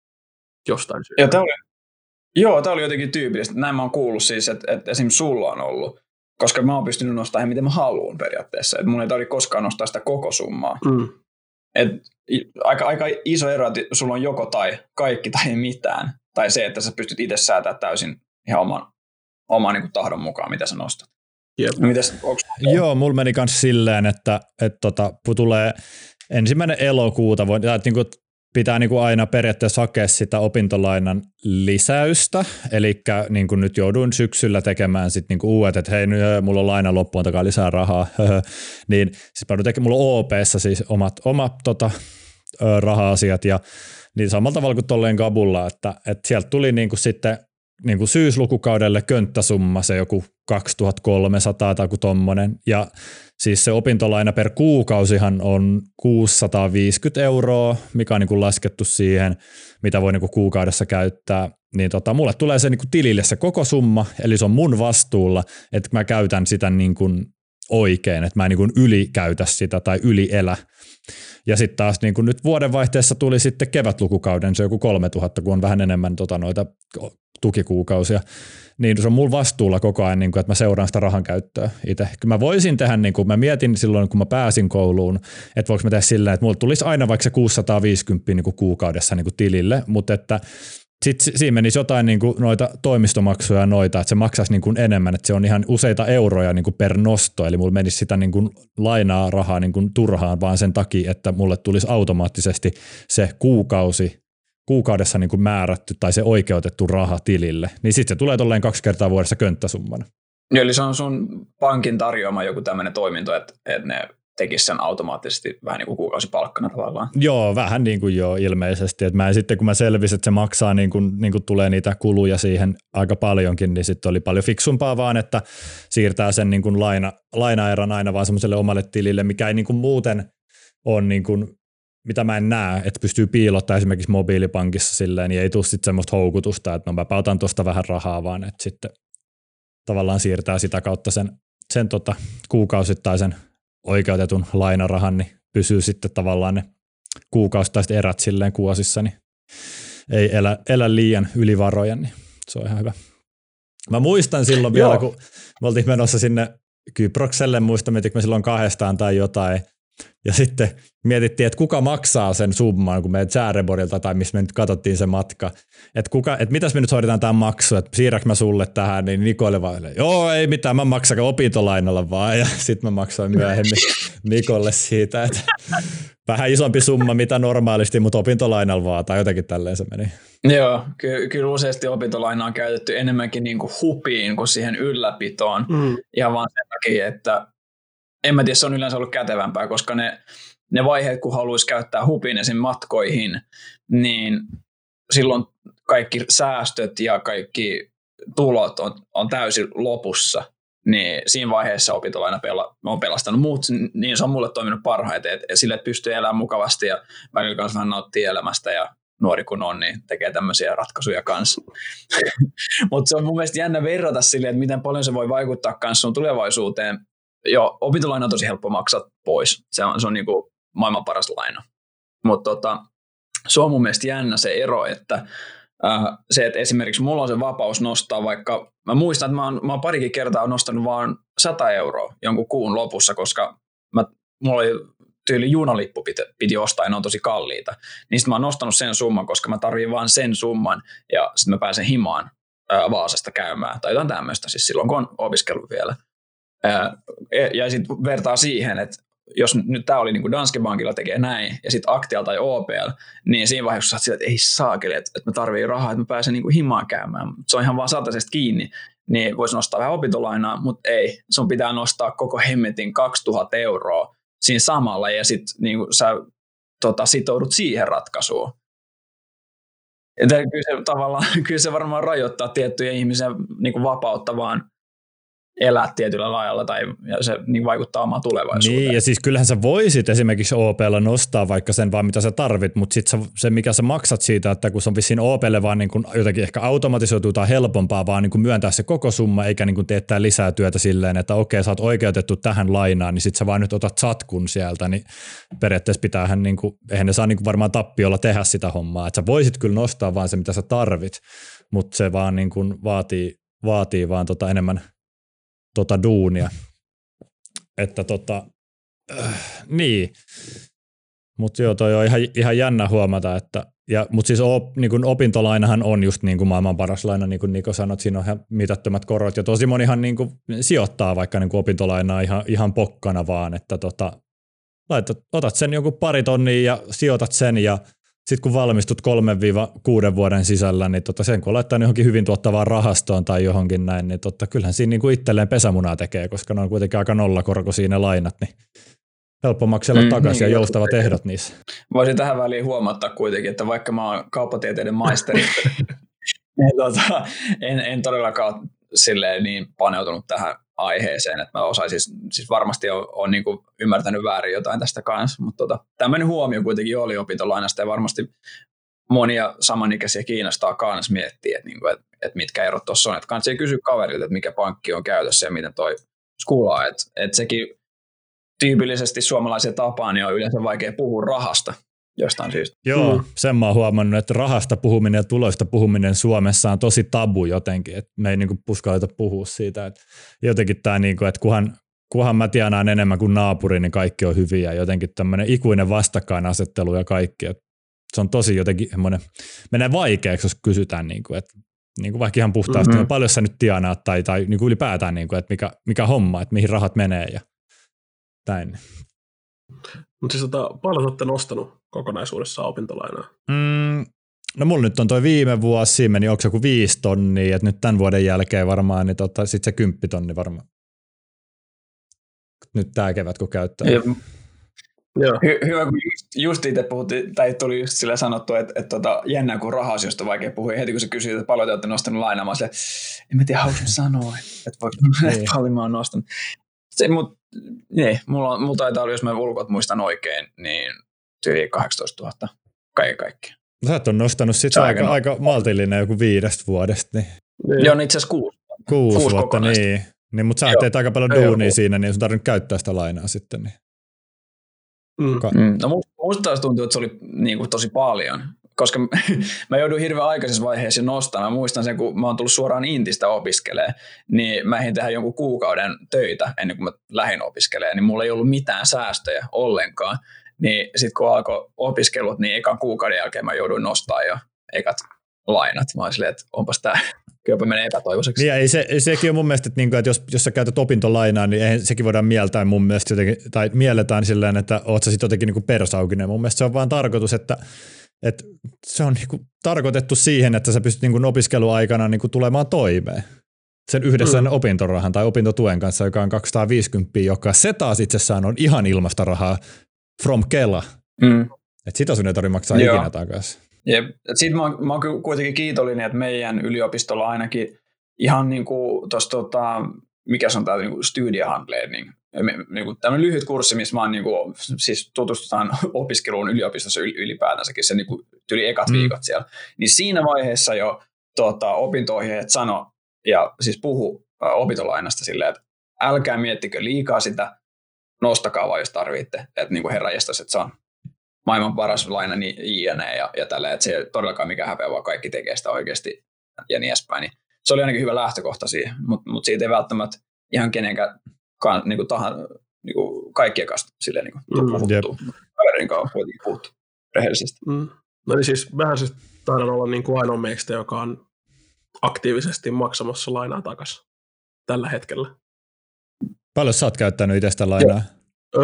Jostain syystä. Ja tää oli, joo, tämä oli jotenkin tyypillistä. Näin mä oon kuullut siis, että, että esimerkiksi sulla on ollut, koska mä oon pystynyt nostamaan miten mä haluan periaatteessa. Että mun ei tarvitse koskaan nostaa sitä koko summaa. Mm. Et, aika, aika iso ero, että sulla on joko tai kaikki tai mitään. Tai se, että sä pystyt itse säätämään täysin ihan oman oman niin kuin tahdon mukaan, mitä sä nostat. Yep. No, mites, Joo, mulla meni myös silleen, että, että tota, tulee ensimmäinen elokuuta, voi, että niin kuin pitää niin kuin aina periaatteessa hakea sitä opintolainan lisäystä, eli niin kuin nyt jouduin syksyllä tekemään sit niin kuin uudet, että hei, nyt mulla on laina loppu, antakaa lisää rahaa, niin siis mä tekemään, mulla on O P:ssä siis omat, omat tota, raha-asiat, ja niin samalla tavalla kuin tolleen Gabulla, että, että sieltä tuli niin kuin sitten niin kuin syyslukukaudelle könttäsumma, se joku kaksituhattakolmesataa tai joku tommonen, ja siis se opintolaina per kuukausihan on kuusisataaviisikymmentä euroa, mikä on niin kuin laskettu siihen, mitä voi niin kuin kuukaudessa käyttää, niin tota, mulle tulee se niin kuin tilille se koko summa, eli se on mun vastuulla, että mä käytän sitä niin kuin oikein, että mä en niin kuin ylikäytä sitä tai ylielä. Ja sitten taas niin kuin nyt vuodenvaihteessa tuli sitten kevätlukukauden, se on joku kolmetuhatta, kun on vähän enemmän tota, noita tukikuukausia, niin se on mulla vastuulla koko ajan, niin kuin, että mä seuraan sitä rahan käyttöä itse. Kyllä mä voisin tehdä, niin kuin mä mietin silloin, kun mä pääsin kouluun, että voiko mä tehdä sillä, että mulla tulisi aina vaikka se kuusisataaviisikymmentä niin kuin kuukaudessa niin kuin tilille, mutta että sitten siinä menisi jotain niin kuin noita toimistomaksuja noita, että se maksaisi niin kuin enemmän, että se on ihan useita euroja niin kuin per nosto, eli mulla menisi sitä niin kuin lainaa rahaa niin kuin turhaan vaan sen takia, että mulle tulisi automaattisesti se kuukausi, kuukaudessa niin kuin määrätty tai se oikeutettu raha tilille, niin sitten se tulee tolleen kaksi kertaa vuodessa könttäsummana. Eli se on sun pankin tarjoama joku tämmöinen toiminto, että, että ne tekisi sen automaattisesti vähän niin kuin kuukausipalkkana tavallaan. Joo, vähän niin kuin joo ilmeisesti. Et mä en sitten kun mä selvisin, että se maksaa niin kuin, niin kuin tulee niitä kuluja siihen aika paljonkin, niin sitten oli paljon fiksumpaa vaan, että siirtää sen niin kuin laina, lainaerän aina vaan semmoiselle omalle tilille, mikä ei niin kuin muuten ole niin kuin, mitä mä en näe, että pystyy piilottaa esimerkiksi mobiilipankissa silleen, niin ei tule sitten semmoista houkutusta, että no mä otan tuosta vähän rahaa vaan, että sitten tavallaan siirtää sitä kautta sen, sen tota, kuukausittaisen oikeutetun lainarahan, niin pysyy sitten tavallaan ne kuukausittaiset erät silleen kuosissa, niin ei elä, elä liian ylivaroja, niin se on ihan hyvä. Mä muistan silloin vielä, kun me oltiin menossa sinne Kyprokselle, muistan, mietinkö me silloin kahdestaan tai jotain, ja sitten mietittiin, että kuka maksaa sen summan, kun me Zäreborilta tai missä me nyt katsottiin se matka, että, kuka, että mitäs me nyt hoidetaan tämän maksu, että siirräkö mä sulle tähän, niin Nikolle vaan, joo ei mitään, mä maksan opintolainalla vaan, ja sitten mä maksoin myöhemmin Nikolle siitä, että vähän isompi summa, mitä normaalisti, mutta opintolainalla vaan, tai jotenkin tälleen se meni. Joo, ky- kyllä useasti opintolainaa on käytetty enemmänkin niin kuin hupiin kuin siihen ylläpitoon, mm. ihan vaan sen takia, että en mä tiedä, se on yleensä ollut kätevämpää, koska ne, ne vaiheet, kun haluaisi käyttää hupin esim. Matkoihin, niin silloin kaikki säästöt ja kaikki tulot on, on täysin lopussa. Niin siinä vaiheessa opintolaina pela, on pelastanut muut, niin se on mulle toiminut parhaiten, että sille, että pystyy elämään mukavasti ja välillä kanssa vähän nauttii elämästä ja nuori kun on, niin tekee tämmöisiä ratkaisuja kanssa. Mutta se on mun mielestä jännä verrata silleen, että miten paljon se voi vaikuttaa kanssa sun tulevaisuuteen. Joo, opintolaina on tosi helppo maksaa pois. Se on, se on niin kuin maailman paras laina. Mutta tota, se on mun mielestä jännä se ero, että äh, se, että esimerkiksi mulla on se vapaus nostaa vaikka, mä muistan, että mä oon, mä oon parikin kertaa nostanut vaan sata euroa jonkun kuun lopussa, koska mä, mulla oli tyyli junalippu piti, piti ostaa ja ne on tosi kalliita. Niin sitten mä oon nostanut sen summan, koska mä tarviin vaan sen summan ja sitten mä pääsen himaan äh, Vaasasta käymään tai jotain tämmöistä, siis silloin kun on opiskellut vielä. Ja sitten vertaa siihen, että jos nyt tämä oli niin kuin Danske Bankilla tekee näin, ja sitten Aktialla tai O P L, niin siinä vaiheessa sä oot että ei saakeli, että, että mä tarvii rahaa, että mä pääsen niin kuin himaan käymään. Se on ihan vaan satasesta kiinni, niin voisi nostaa vähän opintolainaa, mutta ei. Sun pitää nostaa koko hemmetin kaksituhatta euroa siinä samalla, ja sitten niin kuin sä tota, sitoudut siihen ratkaisuun. Ja kyllä se, tavallaan, kyllä se varmaan rajoittaa tiettyjä ihmisiä niin kuin vapautta vaan elää tietyllä lailla tai ja se niin vaikuttaa omaan tulevaisuuteen. Niin, ja siis kyllähän sä voisit esimerkiksi O P:llä nostaa vaikka sen vaan mitä sä tarvit, mutta sitten se mikä sä maksat siitä, että kun se on vissiin O P:lle vaan niin kuin jotenkin ehkä automatisoituu tai helpompaa vaan niin kuin myöntää se koko summa eikä niin kuin teettää lisää työtä silleen, että okei sä oot oikeutettu tähän lainaan, niin sit sä vaan nyt otat satkun sieltä, niin periaatteessa pitäähän niin kuin, eihän ne saa niin kuin varmaan tappiolla tehdä sitä hommaa, että sä voisit kyllä nostaa vaan se mitä sä tarvit, mutta se vaan niin kuin vaatii, vaatii vaan tota enemmän tota duunia, että tota, äh, niin, mutta joo toi on ihan, ihan jännä huomata, että, ja, mutta siis op, niin kun opintolainahan on just niin kuin maailman paras laina, niin kuin Niko sanoi, siinä on ihan mitättömät korot, ja tosi monihan niin kuin sijoittaa vaikka niin kuin opintolainaa ihan, ihan pokkana vaan, että tota, laitat, otat sen jonkun pari tonnia ja sijoitat sen, ja sitten kun valmistut kolmen kuuden vuoden sisällä, niin tota sen kun laittaa johonkin hyvin tuottavaan rahastoon tai johonkin näin, niin tota, kyllähän siinä niinku itselleen pesämunaa tekee, koska ne on kuitenkin aika nollakorko siinä lainat, niin helppo maksella mm, takaisin niin, ja joustavat ehdot niissä. Voisin tähän väliin huomattaa kuitenkin, että vaikka mä oon kauppatieteiden maisteri, niin tota, en, en todellakaan silleen niin paneutunut tähän aiheeseen, että mä osaisin, siis varmasti on, on niin kuin ymmärtänyt väärin jotain tästä kanssa, mutta tota, tämmöinen huomio kuitenkin oli opintolainasta ja varmasti monia samanikäisiä kiinnostaa kanssa miettiä, että, niin kuin, että, että mitkä erot tuossa on, että kannattaa kysyä kaverilta, että mikä pankki on käytössä ja miten toi skulaa, että, että sekin tyypillisesti suomalaisen tapaan niin on yleensä vaikea puhua rahasta jostain syystä. Joo, mm. sen mä oon huomannut, että rahasta puhuminen ja tuloista puhuminen Suomessa on tosi tabu jotenkin, että me ei niinku puskalleta puhua siitä, että jotenkin tämä, niinku, että kunhan, kunhan mä tienaan enemmän kuin naapuri, niin kaikki on hyviä, jotenkin tämmöinen ikuinen vastakkainasettelu ja kaikki, että se on tosi jotenkin semmoinen, menee vaikeaksi, jos kysytään, niinku, että niinku vaikka ihan puhtaasti, mm-hmm. paljon sä nyt tienaat tai, tai niinku ylipäätään, niinku, että mikä, mikä homma, että mihin rahat menee ja näin. Mutta siis tota, paljon olette nostanut kokonaisuudessaan opintolainaa? Mm, no mulla nyt on toi viime vuosi, siinä meni, onko se joku viisi tonnia, että nyt tämän vuoden jälkeen varmaan, niin tota, sitten se kymppi tonni varmaan. nyt tämä kevät, kun käyttää. Jep. Joo. Hy- hyvä, kun just, just itse puhuttiin, tai tuli just sillä sanottu, että, että tota, jännää, kun raha-asioista on vaikea puhua. Ja heti kun sä kysyit, että paljon te olette nostanut lainaa, mä silleen, en mä tiedä, haluaisin sanoa, että voi, paljon mä oon nostanut. Se, mut, niin, mulla, mulla taitaa olla, jos mä ulkot muistan oikein, niin yli kahdeksantoistatuhatta kaiken kaikkiaan. Sä et on nostanut sitä aika, aika, aika maltillinen joku viidestä vuodesta. Niin. Niin. Joo, itse asiassa kuusi. Kuusi, kuusi vuotta, niin. niin. Mutta sä teet aika paljon duunia siinä, niin sun tarvitse käyttää sitä lainaa sitten. Niin. Mm. Mm. No musta taas tuntuu, että se oli niin kuin tosi paljon, koska mä jouduin hirveän aikaisessa vaiheessa nostamaan. Mä muistan sen, kun mä oon tullut suoraan Intistä opiskelemaan, niin mä ehdin tehdä jonkun kuukauden töitä ennen kuin mä lähdin opiskelemaan, niin mulla ei ollut mitään säästöjä ollenkaan. Niin sit kun alkoi opiskelut, niin ekan kuukauden jälkeen mä jouduin nostaa jo ekat lainat. Mä olin silleen, että onpas tää, kylläpä menee epätoivoiseksi. Niin, ei se, sekin on mun mielestä, että, niinku, että jos, jos sä käytät opintolainaa, niin eihän, sekin voidaan mieltää mun mielestä jotenkin, tai mielletään silleen, että oot sä sit jotenkin niinku persaukinen. Mun mielestä se on vaan tarkoitus, että, että se on niinku tarkoitettu siihen, että sä pystyt niinku opiskeluaikana niinku tulemaan toimeen. Sen yhdessä mm. opintorahan tai opintotuen kanssa, joka on kaksisataaviisikymmentä, joka se taas itsessään on ihan ilmasta rahaa from Kela. Mm. Että sitä sun ei tarvitse maksaa Joo. ikinä takaisin. Jep. Sitten mä, mä oon kuitenkin kiitollinen, että meidän yliopistolla ainakin ihan niin kuin tuossa, tota, mikä se on tämä niin studiehandledning, niin kuin tämmöinen lyhyt kurssi, missä mä oon niin kuin, siis tutustutaan opiskeluun yliopistossa ylipäätänsäkin, se niin kuin tyyli ekat mm. viikot siellä. Niin siinä vaiheessa jo tota, opinto-ohjeet sano ja siis puhu ä, opintolainasta silleen, että älkää miettikö liikaa sitä, nostakaa vaan, jos tarvitte, että niin kuin herranjestas, että se on maailman paras laina niin jne. ja, ja tällä, että se ei todellakaan mikään häpeä, vaan kaikki tekee sitä oikeasti ja niin edespäin. Niin se oli ainakin hyvä lähtökohta siihen, mutta mut siitä ei välttämättä ihan kenenkään niin kuin tahan, niin kuin kaikkien kanssa silleen niin kuin mm, puhuttu. Kaverin kanssa kuitenkin puhuttu rehellisesti. Mm. No niin siis vähän siis taidan olla niin kuin ainoa meistä, joka on aktiivisesti maksamassa lainaa takaisin tällä hetkellä. Paljon sä oot käyttänyt itsestä lainaa? Öö,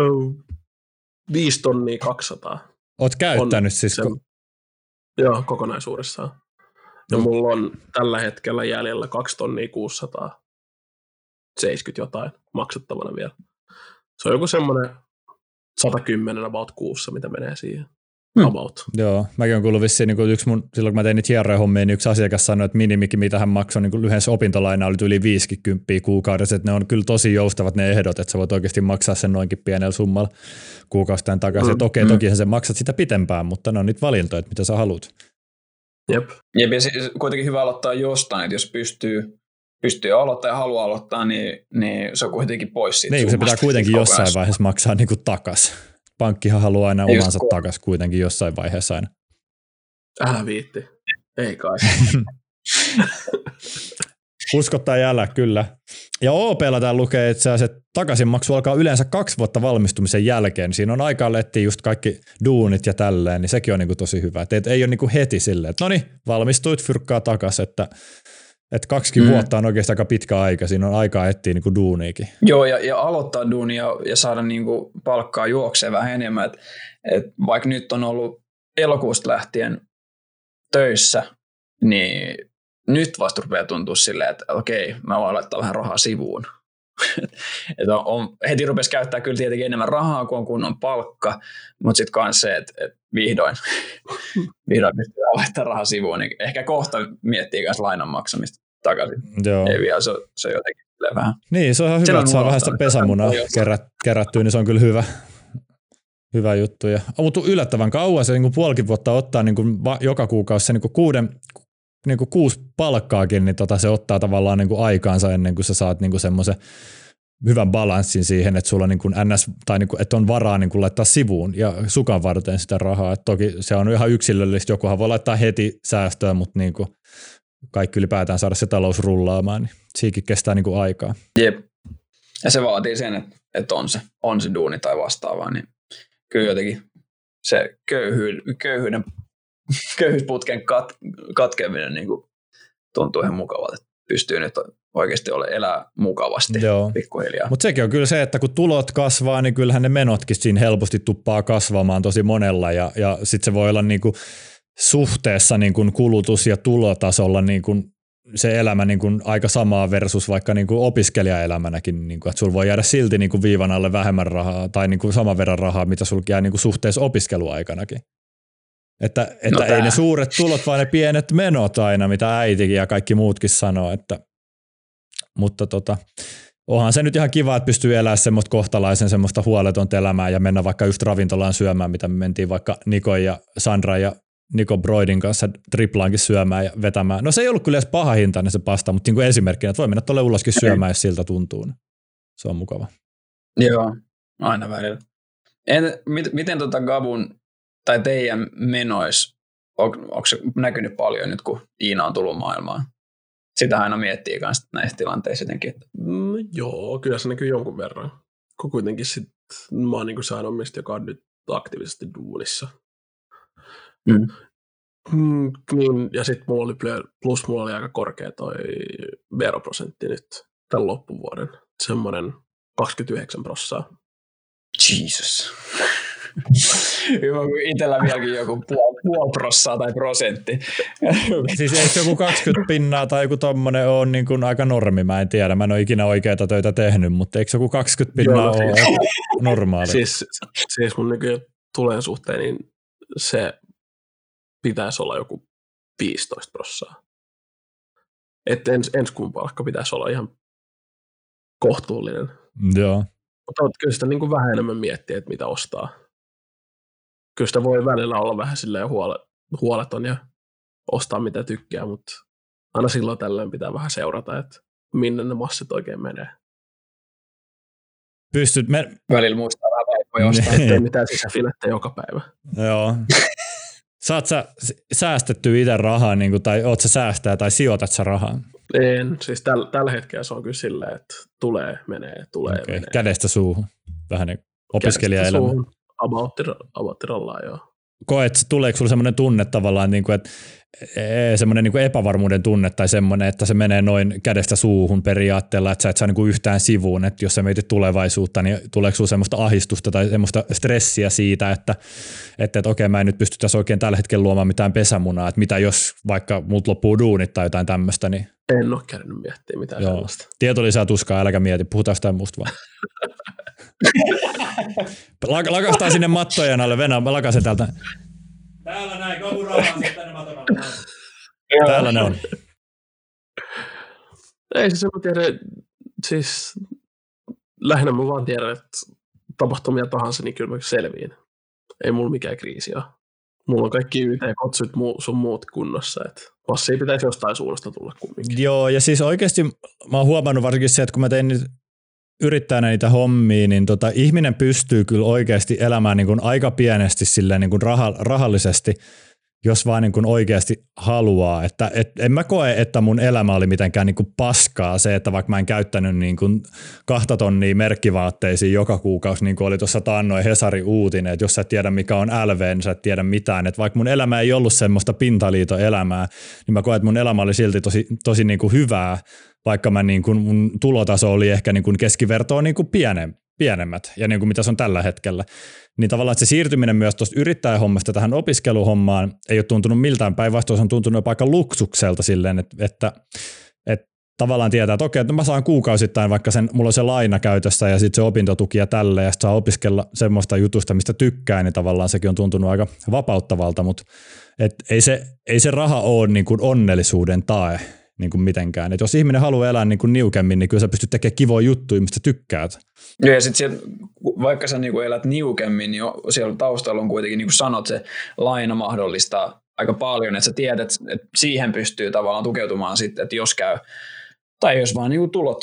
viisi tonnia kaksisataa. Oot käyttänyt siis? Sen, ko- joo, kokonaisuudessaan. Ja mulla on tällä hetkellä jäljellä kaksi tonnia kuusisataa seitsemänkymmentä jotain maksettavana vielä. Se on joku semmoinen sata kymmenen about kuussa, mitä menee siihen. Hmm. About. Joo, mäkin olen kuullut vissiin, niin yksi mun, silloin kun mä tein niitä hierrehommia, niin yksi asiakas sanoi, että minimikin, mitä hän maksoi niin lyhyessä opintolainaa, oli yli viisikymmentä kuukaudessa, että ne on kyllä tosi joustavat ne ehdot, että sä voit oikeasti maksaa sen noinkin pienellä summalla kuukausittain takaisin. Hmm. Okei, okay, hmm. tokihan sä maksat sitä pitempään, mutta ne on niitä valintoja, että mitä sä haluat. Jep. Jep, ja siis kuitenkin hyvä aloittaa jostain, että jos pystyy, pystyy aloittaa ja haluaa aloittaa, niin, niin se on kuitenkin pois siitä niin, summasta. Se pitää kuitenkin jossain vaiheessa maksaa niin kuin takaisin. Pankkihan haluaa aina omansa takaisin kuitenkin jossain vaiheessa aina. Älä viitti. Ei kai. Usko tai älä, kyllä. Ja O P:llä täällä lukee, että se takaisinmaksu alkaa yleensä kaksi vuotta valmistumisen jälkeen. Siinä on aikaa lettiä just kaikki duunit ja tälleen, niin sekin on niinku tosi hyvä. Et ei ole niinku heti silleen, että no niin, valmistuit, fyrkkaa takaisin, että Että kaksikin mm. vuotta on oikeastaan aika pitkä aika, siinä on aikaa etsiä niinku duuniikin. Joo, ja, ja aloittaa duunia ja saada niinku palkkaa juokseen vähän enemmän. Et, et vaikka nyt on ollut elokuusta lähtien töissä, niin nyt vasta rupeaa tuntua silleen, että okei, mä voin laittaa vähän rahaa sivuun. Et on, on, heti rupesi käyttää kyllä tietenkin enemmän rahaa, kun on kunnon palkka, mutta sitten myös se, että et vihdoin, vihdoin pystyy laittamaan rahaa sivuun, niin ehkä kohta miettii myös lainan maksamista takaisin. Joo. Ei vielä, se, se on jotenkin vähän. Niin, se on ihan hyvä, että saa vähän sitä pesämunaa kerät, kerättyä, niin se on kyllä hyvä, hyvä juttu. Ja, mutta yllättävän kauan se niin puolikin vuotta ottaa niin kuin joka kuukausi se niin kuin kuuden, niin kuin kuusi palkkaakin, niin tota se ottaa tavallaan niin kuin aikaansa ennen kuin sä saat niin kuin semmoisen hyvän balanssin siihen, että sulla niin kuin N S, tai niin kuin, että on varaa niin kuin laittaa sivuun ja sukan varten sitä rahaa. Et toki se on ihan yksilöllistä, jokuhan voi laittaa heti säästöä, mutta niin kuin kaikki ylipäätään saada se talous rullaamaan, niin siikin kestää niin kuin aikaa. Jep. Ja se vaatii sen, että, että on, se, on se duuni tai vastaavaa, niin kyllä jotenkin se köyhyyden, köyhyyden köyhyysputken kat, katkeminen niin kuin tuntuu ihan mukavalta, että pystyy nyt oikeasti olemaan elää mukavasti pikkuhiljaa. Mutta sekin on kyllä se, että kun tulot kasvaa, niin kyllähän ne menotkin siinä helposti tuppaa kasvamaan tosi monella ja, ja sitten se voi olla niin kuin suhteessa niin kuin kulutus- ja tulotasolla niin kuin se elämä niin kuin aika samaa versus vaikka niin kuin opiskelijaelämänäkin, niin kuin, että sulla voi jäädä silti niin kuin viivan alle vähemmän rahaa tai niin kuin saman verran rahaa, mitä sulla jää niin kuin suhteessa opiskeluaikanakin. Että, että no ei ne suuret tulot, vaan ne pienet menot aina, mitä äitikin ja kaikki muutkin sanoo. Että, mutta tota, onhan se nyt ihan kiva, että pystyy elämään semmoista kohtalaisen semmoista huoletonta elämää ja mennä vaikka just ravintolaan syömään, mitä me mentiin vaikka Nikon ja Sandra ja Niko Broidin kanssa triplaankin syömään ja vetämään. No se ei ollut kyllä edes paha hintainen se pasta, mutta niin kuin esimerkkinä, että voi mennä tuolle uloskin syömään, jos siltä tuntuu. Se on mukava. Joo, aina välillä. En, mit, miten tota Gabun tai teidän menois, on, onko se näkynyt paljon nyt, kun Iina on tullut maailmaan? Sitä aina miettii myös näissä tilanteissa jotenkin. Että... Mm, joo, kyllä se näkyy jonkun verran. Kun kuitenkin sit, mä oon niin kuin säänomista, joka on nyt aktiivisesti duunissa. Mm. Mm, niin, ja sitten mulla oli plus mulla oli aika korkea toi veroprosentti nyt tämän loppuvuoden. Semmoinen kaksikymmentäyhdeksän prosenttia. Jesus. Hyvä, kun itsellä vieläkin joku puoli, puoli prossaa tai prosentti. Siis eikö joku kaksikymmentä pinnaa tai joku tommonen ole niin kuin aika normi? Mä en tiedä, mä en ole ikinä oikeita töitä tehnyt, mutta eikö joku kaksikymmentä pinnaa Joo, ole siis, normaali? Siis, siis mun nykyään tulen suhteen, niin se pitäisi olla joku viisitoista prosenttia. Että ens, ensi kuun palkka pitäisi olla ihan kohtuullinen. Joo. Mutta kyllä sitä niin kuin vähän enemmän miettiä, että mitä ostaa. Kyllä sitä voi välillä olla vähän silleen huole, huoleton ja ostaa mitä tykkää, mutta aina silloin tällöin pitää vähän seurata, että minne ne massit oikein menee. Pystyt me... Välillä muistaa vähän vaippoja ostaa. Ettei mitään sisäfilettä joka päivä. Joo. Saat sä säästettyä itse rahaa, niin kuin, tai oot sä säästää tai sijoitat sä rahaa? En, siis täl, tällä hetkellä se on kyllä silleen, että tulee, menee, tulee, okay. menee. Kädestä suuhun, vähän niin opiskelijaelämä. Kädestä suuhun, about joo. Koet, tuleeko sulla semmoinen tunne tavallaan, niin kuin, että semmoinen niin kuin epävarmuuden tunne tai semmoinen, että se menee noin kädestä suuhun periaatteella, että sä et saa niin kuin yhtään sivuun, että jos sä mietit tulevaisuutta, niin tuleeko sulla semmoista ahdistusta tai semmoista stressiä siitä, että, että, että okei, mä en nyt pysty tässä oikein tällä hetkellä luomaan mitään pesämunaa, että mitä jos vaikka mut loppuu duunit tai jotain tämmöistä, niin... En ole käynyt miettimään mitään Joo. sellaista. Tieto lisää tuskaa, äläkä mieti, puhutaan jostain musta vaan. Lakastaa sinne mattojen alle, Venä, mä lakasen täältä. Täällä näin, kauhu rahaa sitten tänne maton alle. Täällä ne on. Ei siis mä tiedä, siis lähinnä mä vaan tiedän, että tapahtumia tahansa, niin kyllä mä selviin. Ei mulla mikään kriisi ole. Mulla on kaikki Y T-kotsut sun muut kunnossa, että massi ei pitäisi jostain suunnasta tulla kumminkin. Joo, ja siis oikeasti mä oon huomannut varsinkin se, että kun mä tein nyt yrittäjänä niitä hommia, niin tota, ihminen pystyy kyllä oikeasti elämään niin kuin aika pienesti silleen niin kuin rah- rahallisesti, jos vaan niin kuin oikeasti haluaa. Että, et, en mä koe, että mun elämä oli mitenkään niin kuin paskaa se, että vaikka mä en käyttänyt niin kuin kahta tonnia merkkivaatteisiin joka kuukausi, niin kuin oli tuossa taannoin Hesari uutinen, että jos sä et tiedä mikä on L V, niin sä et tiedä mitään. Että vaikka mun elämä ei ollut semmoista pintaliitoelämää, niin mä koen, että mun elämä oli silti tosi, tosi niin kuin hyvää, vaikka mä niin kuin, mun tulotaso oli ehkä niin kuin keskivertoa niin kuin pienempi. pienemmät ja niin kuin mitä se on tällä hetkellä, niin tavallaan että se siirtyminen myös tuosta yrittäjähommasta tähän opiskeluhommaan ei ole tuntunut miltään, päinvastoin se on tuntunut jopa aika luksukselta silleen, että, että, että tavallaan tietää, että okei, että mä saan kuukausittain vaikka sen, mulla on se laina käytössä ja sitten se opintotuki ja tälle ja sitten saa opiskella semmoista jutusta, mistä tykkää, niin tavallaan sekin on tuntunut aika vapauttavalta, mutta et ei, se, ei se raha ole niin kuin onnellisuuden tae niin kuin mitenkään. Et jos ihminen haluaa elää niin kuin niukemmin, niin kyllä sä pystyt tekemään kivoja juttuja, mistä tykkäät. Joo, ja sitten vaikka sä niin kuin elät niukemmin, niin siellä taustalla on kuitenkin, niin kuin sanot, se laina mahdollistaa aika paljon, että sä tiedät, että siihen pystyy tavallaan tukeutumaan sitten, että jos käy, tai jos vaan niin kuin tulot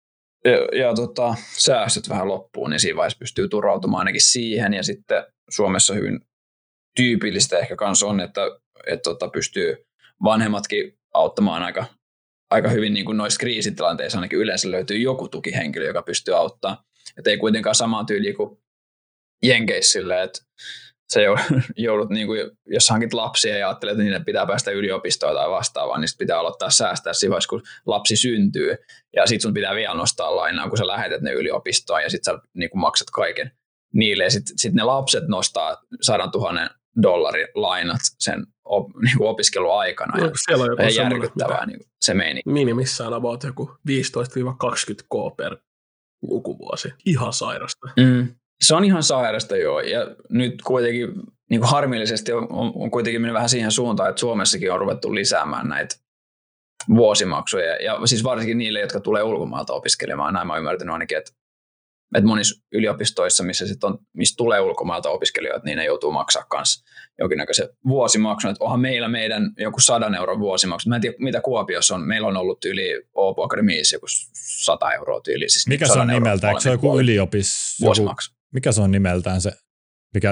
ja, ja tota, säästöt vähän loppuun, niin siinä vaiheessa pystyy turvautumaan ainakin siihen, ja sitten Suomessa hyvin tyypillistä ehkä kanssa on, että, että tota, pystyy vanhemmatkin auttamaan aika aika hyvin niin kuin noissa kriisitilanteissa ainakin yleensä löytyy joku tukihenkilö, joka pystyy auttamaan. Että ei kuitenkaan samaan tyyliin kuin Jenkeissä silleen, että sä joudut, niin kuin, jos hankit lapsia ja ajattelet, että niiden pitää päästä yliopistoon tai vastaavaan, niin sit pitää aloittaa säästää siinä vaiheessa, kun lapsi syntyy. Ja sit sun pitää vielä nostaa lainaa, kun sä lähetät ne yliopistoon ja sit sä niin kuin maksat kaiken niille. Ja sit, sit ne lapset nostaa sadan tuhannen dollarin lainat sen op, niin kuin opiskeluaikana. No, siellä on joku ja järkyttävää niin se meni. Minimissään about joku viisitoista kaksikymmentä k per lukuvuosi. Ihan sairasta. Mm. Se on ihan sairasta joo, ja nyt kuitenkin niin kuin harmillisesti on, on kuitenkin mennyt vähän siihen suuntaan, että Suomessakin on ruvettu lisäämään näitä vuosimaksuja, ja siis varsinkin niille, jotka tulee ulkomaalta opiskelemaan. Näin mä oon ymmärtänyt ainakin, että, että monissa yliopistoissa, missä, sit on, missä tulee ulkomaalta opiskelijoita, niin ne joutuu maksaa myös jonkinnäköisen vuosimaksun. Että onhan meillä meidän joku sadan euron vuosimaksu. Mä en tiedä, mitä Kuopiossa on. Meillä on ollut yli Åbo Akademiissa joku sata euroa tyyli. Siis mikä se on nimeltään? Eikö se ole joku yliopis? Vuosimaksu. Joku, mikä se on nimeltään se, mikä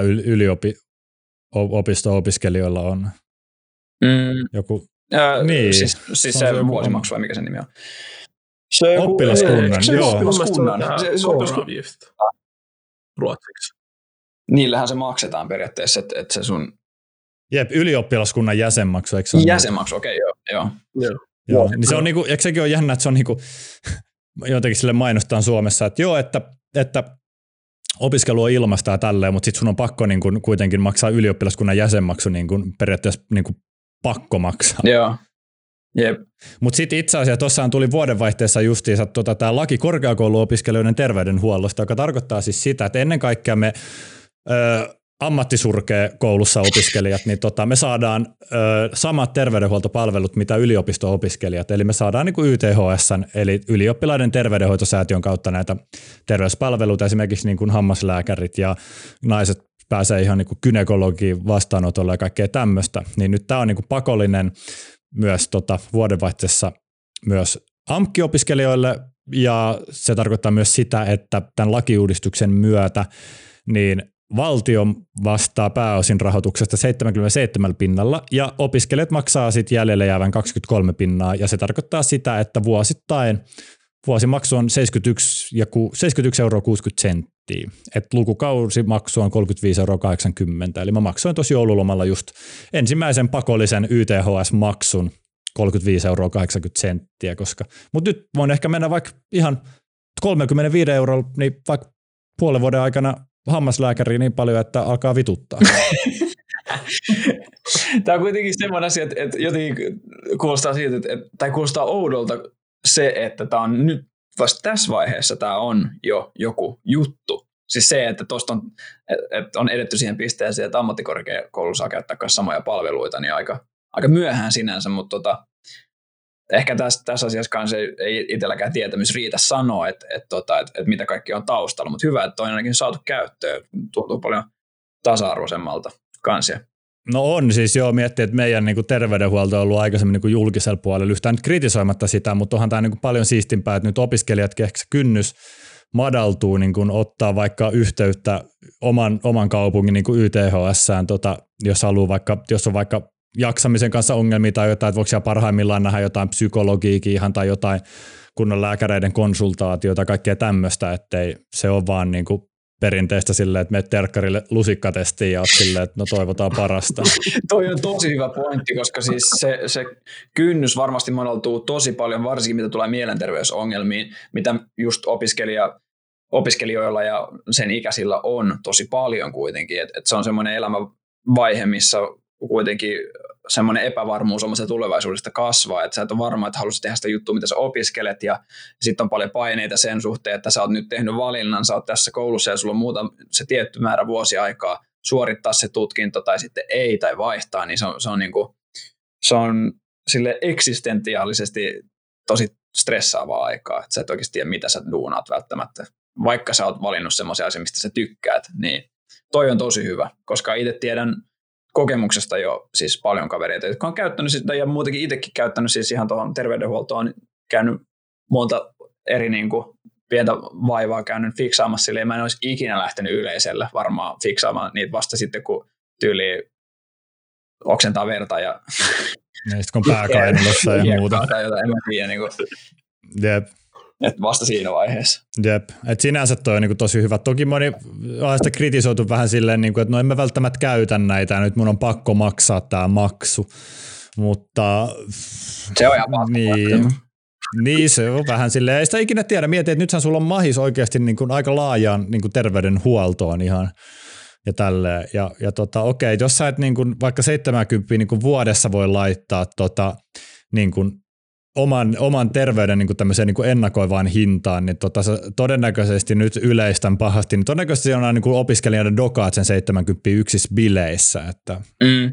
yliopisto-opiskelijoilla on? Mm. Joku, äh, niin. Siis, siis se, se vuosimaksu vai mikä sen nimi on? Se oppilaskunnan, se, joo. Oppilaskunnan. Se, se oppilaskunnan. Ruotsiksi. Niillähän se maksetaan periaatteessa, että, että se sun... Jep, ylioppilaskunnan jäsenmaksu, eikö se ole? Jäsenmaksu, okei, okay, joo. joo. joo. joo. Niin se on niinku, eikö sekin ole jännä, että se on niinku, jotenkin sille mainostaan Suomessa, että joo, että, että opiskelu on ilmaista ja tälleen, mutta sitten sun on pakko niinku kuitenkin maksaa ylioppilaskunnan jäsenmaksu niinku periaatteessa niinku pakko maksaa. Joo. Jep. Mutta sitten itse asiassa tuossahan tuli vuodenvaihteessa justiinsa tota, tämä laki korkeakouluopiskelijoiden terveydenhuollosta, joka tarkoittaa siis sitä, että ennen kaikkea me ö, ammattisurkeakoulussa opiskelijat, niin tota, me saadaan ö, samat terveydenhuoltopalvelut, mitä yliopisto-opiskelijat, eli me saadaan niin kuin Y T H S:n, eli Ylioppilaiden terveydenhoitosäätiön kautta näitä terveyspalveluita, esimerkiksi niin kuin hammaslääkärit ja naiset pääsee ihan niin kuin gynekologiin vastaanotolle ja kaikkea tämmöistä, niin nyt tämä on niin kuin pakollinen myös tota, vuodenvaihteessa myös A M K-opiskelijoille, ja se tarkoittaa myös sitä, että tämän lakiuudistuksen myötä niin valtio vastaa pääosin rahoituksesta seitsemänkymmentäseitsemän pinnalla, ja opiskelijat maksaa sitten jäljelle jäävän kaksikymmentäkolme pinnaa, ja se tarkoittaa sitä, että vuosittain vuosimaksu on seitsemänkymmentäyksi, ja ku, seitsemänkymmentäyksi euroa kuusikymmentä senttiä, että lukukausimaksu on kolmekymmentäviisi euroa kahdeksankymmentä, eli mä maksoin tosi joululomalla just ensimmäisen pakollisen Y T H S-maksun kolmekymmentäviisi euroa kahdeksankymmentä senttiä, koska, mutta nyt voin ehkä mennä vaikka ihan kolmekymmentäviisi euroa, niin vaikka puolen vuoden aikana hammaslääkäriin niin paljon, että alkaa vituttaa. Tämä on kuitenkin semmoinen asia, että, että jotenkin kuulostaa siitä, että, tai kuulostaa oudolta se, että tämä on nyt vasta tässä vaiheessa tämä on jo joku juttu. Siis se, että tuosta on, että on edetty siihen pisteeseen, että ammattikorkeakoulu saa käyttää myös samoja palveluita, niin aika, aika myöhään sinänsä, mutta tota, ehkä tässä, tässä asiassa kanssa ei, ei itselläkään tietämys riitä sanoa, että, että, että, että, että mitä kaikki on taustalla, mutta hyvä, että on ainakin saatu käyttöön. Tuntuu paljon tasa-arvoisemmalta kansia. No on siis joo, miettii, että meidän niin kuin terveydenhuolto on ollut aikaisemmin niin kuin julkisella puolella, yhtään nyt kritisoimatta sitä, mutta onhan tämä niin kuin paljon siistimpää, että nyt opiskelijat keksi kynnys madaltuu niin kuin ottaa vaikka yhteyttä oman, oman kaupungin niin kuin Y T H S:ään, tota, jos haluaa vaikka, jos on vaikka jaksamisen kanssa ongelmia tai jotain, että voiko siellä parhaimmillaan nähdä jotain psykologiikin ihan tai jotain kunnon lääkäreiden konsultaatiota, kaikkea tämmöistä, ettei se ole vaan niin kuin perinteistä silleen, että menet terkkarille lusikkatestiin ja oot silleen, että no toivotaan parasta. Toi on tosi hyvä pointti, koska siis se, se kynnys varmasti madaltuu tosi paljon, varsinkin mitä tulee mielenterveysongelmiin, mitä just opiskelija, opiskelijoilla ja sen ikäisillä on tosi paljon kuitenkin. Et, et se on semmoinen elämänvaihe, missä kuitenkin semmoinen epävarmuus omasta tulevaisuudesta kasvaa, että sä et ole varma, että haluaisit tehdä sitä juttua, mitä sä opiskelet, ja sitten on paljon paineita sen suhteen, että sä oot nyt tehnyt valinnan, sä oot tässä koulussa ja sulla on muuta se tietty määrä vuosia aikaa suorittaa se tutkinto tai sitten ei tai vaihtaa, niin se on, se on, niinku, se on sille eksistentiaalisesti tosi stressaavaa aikaa, että sä et oikeasti tiedä, mitä sä duunaat välttämättä, vaikka sä oot valinnut semmoisia asioita, mistä sä tykkäät, niin toi on tosi hyvä, koska itse tiedän kokemuksesta jo siis paljon kavereita, jotka on käyttänyt sitä ja muutenkin itsekin käyttänyt siis ihan tuohon terveydenhuoltoon, käynyt monta eri niin kuin, pientä vaivaa käynyt fiksaamassa silleen, mä en olisi ikinä lähtenyt yleiselle varmaan fiksaamaan niitä vasta sitten, kun tyyli oksentaa verta ja sitten kun pääkainalossa ja, ja muuta. Tai jotain, en mä tiedä. Niin kuin, Jep. Että vasta siinä vaiheessa. Jep, että sinänsä toi on niinku tosi hyvä. Toki moni on sitä kritisoitu vähän silleen, niinku, että no en mä välttämättä käytä näitä, nyt mun on pakko maksaa tää maksu, mutta se on ihan pakko. Niin, niin se on vähän silleen, ei sitä ikinä tiedä. Mieti, että nythän sulla on mahis oikeasti niinku aika laajaan niinku terveydenhuoltoon ihan, ja tälleen. Ja, ja tota, okei, jos sä et niin kuin, vaikka seitsemänkymmentä niin kuin vuodessa voi laittaa tota, niin kuin oman, oman terveyden niin kuin tämmöiseen niin kuin ennakoivaan hintaan, niin tota, todennäköisesti nyt yleistän pahasti, niin todennäköisesti on aina niin kuin opiskelijoiden dokaat sen seitsemänkymmentä yksissä bileissä. Että, mm.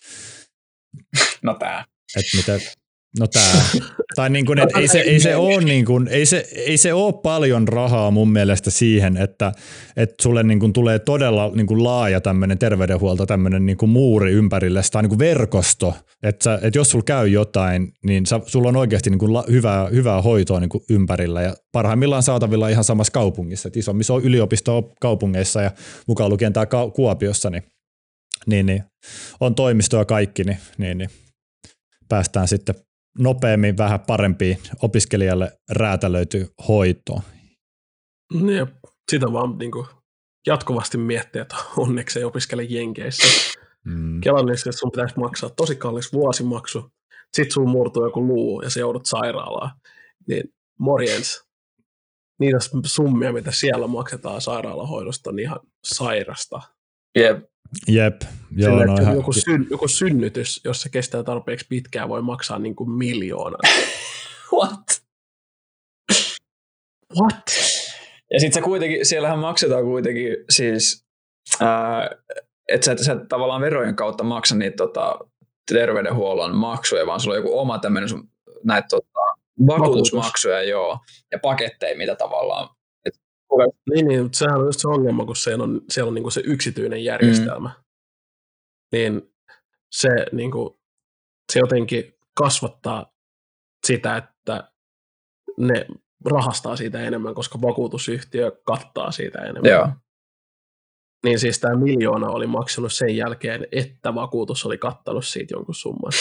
No tää. Että mitä... No tää. Tai niin kuin, et ei se, ei se ole niin kuin, ei se, ei se ole paljon rahaa mun mielestä siihen, että, että sulle niin kuin tulee todella niin kuin laaja tämmöinen terveydenhuolto, tämmöinen niin kuin muuri ympärille, tai niin kuin verkosto, että, sä, että jos sulla käy jotain, niin sä, sulla on oikeasti niin kuin la, hyvää, hyvää hoitoa niin kuin ympärillä ja parhaimmillaan saatavilla ihan samassa kaupungissa, että isommissa yliopisto-kaupungeissa ja mukaan lukien tää Kuopiossa, niin, niin, niin on toimistoja kaikki, niin, niin, niin päästään sitten nopeammin vähän parempiin opiskelijalle räätälöityy hoitoon. Ja sitä vaan niin kuin jatkuvasti miettiä, että onneksi ei opiskele Jenkeissä. Mm. Kelan, että sun pitäisi maksaa tosi kallis vuosimaksu, sit sun murtuu joku luu ja sä joudut sairaalaan. Niin morjens. Niitä summia, mitä siellä maksetaan sairaalahoidosta, on ihan sairasta. Jep. Jep. Joo, Sillä, no ihan... joku, syn, joku synnytys, jos se kestää tarpeeksi pitkään, voi maksaa niin kuin miljoonan. What? What? Ja sit sä kuitenkin, siellähän maksetaan kuitenkin siis, ää, että sä, sä tavallaan verojen kautta maksa niitä tota, terveydenhuollon maksuja, vaan sulla on joku oma tämmöinen sun, näitä tota, vakuutusmaksuja, joo, ja paketteja, mitä tavallaan. Et, niin, niin, mutta sehän on just se ongelma, kun siellä on, siellä on niinku se yksityinen järjestelmä. Mm. Niin se, niinku, se jotenkin kasvattaa sitä, että ne rahastaa siitä enemmän, koska vakuutusyhtiö kattaa siitä enemmän. Joo. Niin siis tämä miljoona oli maksanut sen jälkeen, että vakuutus oli kattanut siitä jonkun summan.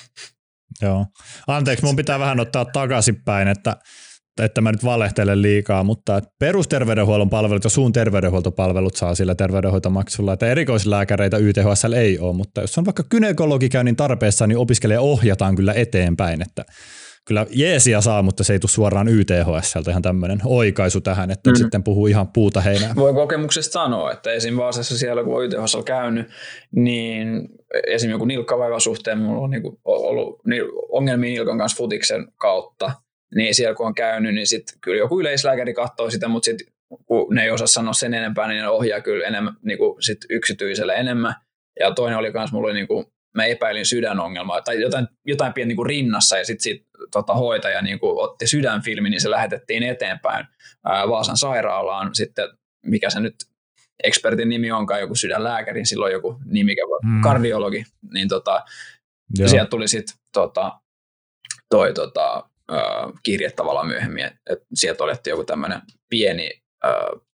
Joo. Anteeksi, mun pitää vähän ottaa takaisinpäin, että, että mä nyt valehtelen liikaa, mutta perusterveydenhuollon palvelut ja suun terveydenhuoltopalvelut saa sillä terveydenhoitomaksulla, että erikoislääkäreitä Y T H S L ei ole, mutta jos on vaikka gynekologikäynnin tarpeessa, niin opiskelija ohjataan kyllä eteenpäin, että kyllä jeesia saa, mutta se ei tule suoraan Y T H S:ltä ihan tämmöinen oikaisu tähän, että mm. sitten puhuu ihan puuta heinää. Voin kokemuksesta sanoa, että esim. Vaasassa siellä, kun on Y T H S:llä käynyt, niin esim. Joku nilkkavaivan suhteen mulla on niinku ollut ongelmia nilkan kanssa futiksen kautta, niin siellä kun on käynyt, niin sitten kyllä joku yleislääkäri katsoo sitä, mutta sitten kun ne ei osaa sanoa sen enempää, niin ne ohjaa kyllä enemmän niinku sit yksityiselle enemmän. Ja toinen oli myös, mulla oli niinku, mä epäilin sydänongelmaa tai jotain, jotain pieni niinku rinnassa ja sitten sit, tota, hoitaja niinku otti sydänfilmi, niin se lähetettiin eteenpäin ää, Vaasan sairaalaan sitten, mikä se nyt ekspertin nimi onkaan, joku sydänlääkäri, silloin joku nimi, mm. kardiologi, niin tota, sieltä tuli sitten tota, toi tota, ää, kirje tavallaan myöhemmin, että et sieltä olettiin joku tämmöinen pieni ää,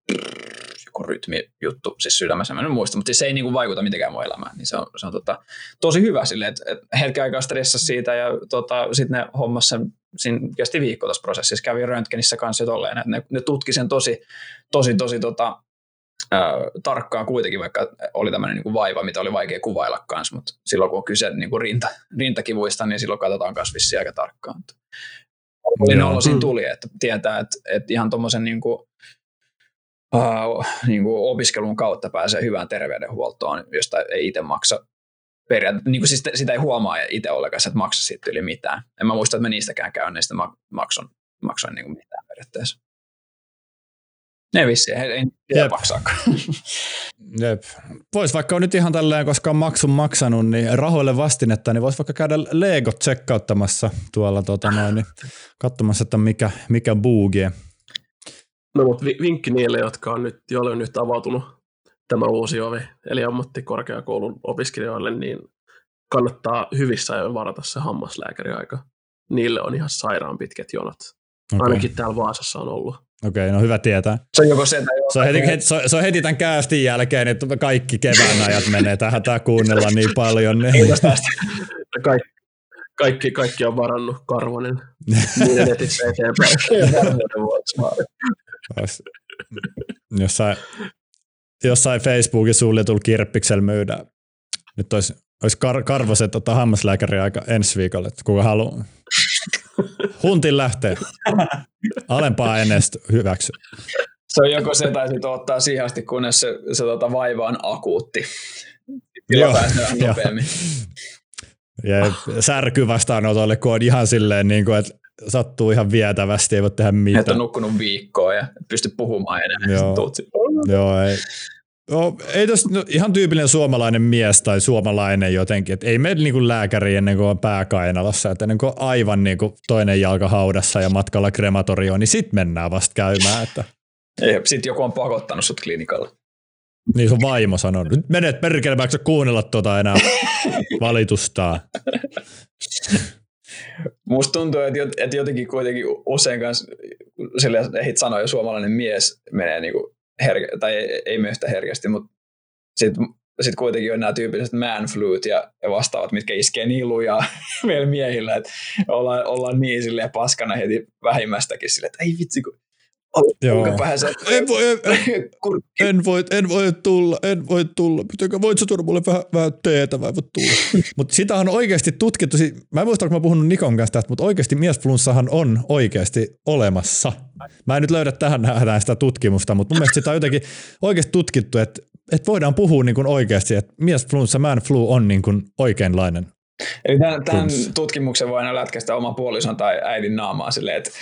joku rytmijuttu siis sydämessä, mä en muista, mutta siis se ei niinku vaikuta mitenkään mun elämään, niin se on, se on tota, tosi hyvä silleen, että et hetken aikaa stressasi siitä ja tota, sitten ne hommas sen, siinä kesti viikko tuossa prosessissa, kävi röntgenissä kanssa jo tolleen, että ne, ne tutki sen tosi, tosi, tosi tota, ää, tarkkaan kuitenkin, vaikka oli tämmöinen niinku vaiva, mitä oli vaikea kuvailla kanssa, mutta silloin kun on kyse niinku rinta, rintakivuista, niin silloin katsotaan myös vissiin aika tarkkaan. Oli olo siinä tuli, että tietää, että, että ihan tommosen niinku Uh, niin kuin opiskelun kautta pääsee hyvään terveydenhuoltoon, josta ei itse maksa periaatteessa. Niin kuin siis sitä ei huomaa itse ollenkaan, että maksa siitä yli mitään. En mä muista, että mä niistäkään käyn, niin sitä makson, maksoin niin kuin mitään periaatteessa. Ne vissiin, ei, ei tiedä maksaakaan. Jep. Vois vaikka on nyt ihan tälleen, koska on maksun maksanut, niin rahoille vastinetta, niin vois vaikka käydä Legot tsekkauttamassa tuolla tota noin, niin katsomassa, että mikä, mikä buugie. No, mutta vinkki niille, jotka on nyt, joille on nyt avautunut tämä uusi ovi, eli ammattikorkeakoulun opiskelijoille, niin kannattaa hyvissä ajoin varata se hammaslääkäriaika. Niille on ihan sairaan pitkät jonot. Okay. Ainakin täällä Vaasassa on ollut. Okei, okay, no hyvä tietää. Se on joko se tai se on, heti, heti, se on heti tämän käystin jälkeen, että kaikki kevään ajat menee tähän, tää kuunnella niin paljon. Niin. Kaikki, kaikki, kaikki on varannut Karvonen niiden netissä eteenpäin. Jossain, jossain Facebookin suljetulla kirppiksellä myydään. Nyt olisi, olisi kar, Karvosen tota, hammaslääkäri aika ensi viikolla, että kuka haluaa. Huntin lähtee. Alempaa en edes hyväksy. Se on joko se tai sitten ottaa siihen asti, kunnes se, se tota, vaiva on akuutti. Joo, pääsee nopeammin. Ja särky vastaanotolle, kun on ihan silleen, niin kuin, että sattuu ihan vietävästi, ei voi tehdä mitään. Että on nukkunut viikkoa ja pysty puhumaan enää. Joo, Joo ei. No, ei tos, no, ihan tyypillinen suomalainen mies tai suomalainen jotenkin, että ei mene niin lääkäri ennen kuin on pääkainalossa, että ennen kuin on aivan niin kuin toinen jalka haudassa ja matkalla krematorioon, niin sit mennään vasta käymään. Että... Sitten joku on pakottanut sut klinikalla. Niin sun vaimo sanoo, nyt menet perkele, mä kuunnella tuota enää valitustaa. Musta tuntuu, että jotenkin kuitenkin usein kanssa, sillä ehdit sanoa jo suomalainen mies menee niinku herkä, tai ei, ei mene yhtä herkästi, mutta sitten sit kuitenkin on nämä tyypilliset man flut ja, ja vastaavat, mitkä iskee niin lujaa meillä miehillä, että ollaan, ollaan niin silleen paskana heti vähimmästäkin silleen, että ei vitsi, kun En voi, en, en, voi, en voi tulla, en voi tulla. Voit sä tuoda mulle vähän, vähän teetä vai voit tulla? Mutta sitä on oikeasti tutkittu. Mä en muista, kun mä puhunut Nikon kanssa tästä, mutta oikeasti miesflunssahan on oikeasti olemassa. Mä en nyt löydä tähän nähdään sitä tutkimusta, mutta mun mielestä sitä on jotenkin oikeasti tutkittu, että, että voidaan puhua niin kuin oikeasti, että miesflunssa, man flu on niin kuin oikeanlainen. Eli tämän, tämän tutkimuksen voi aina lätkästä oman puolison tai äidin naamaa silleen, että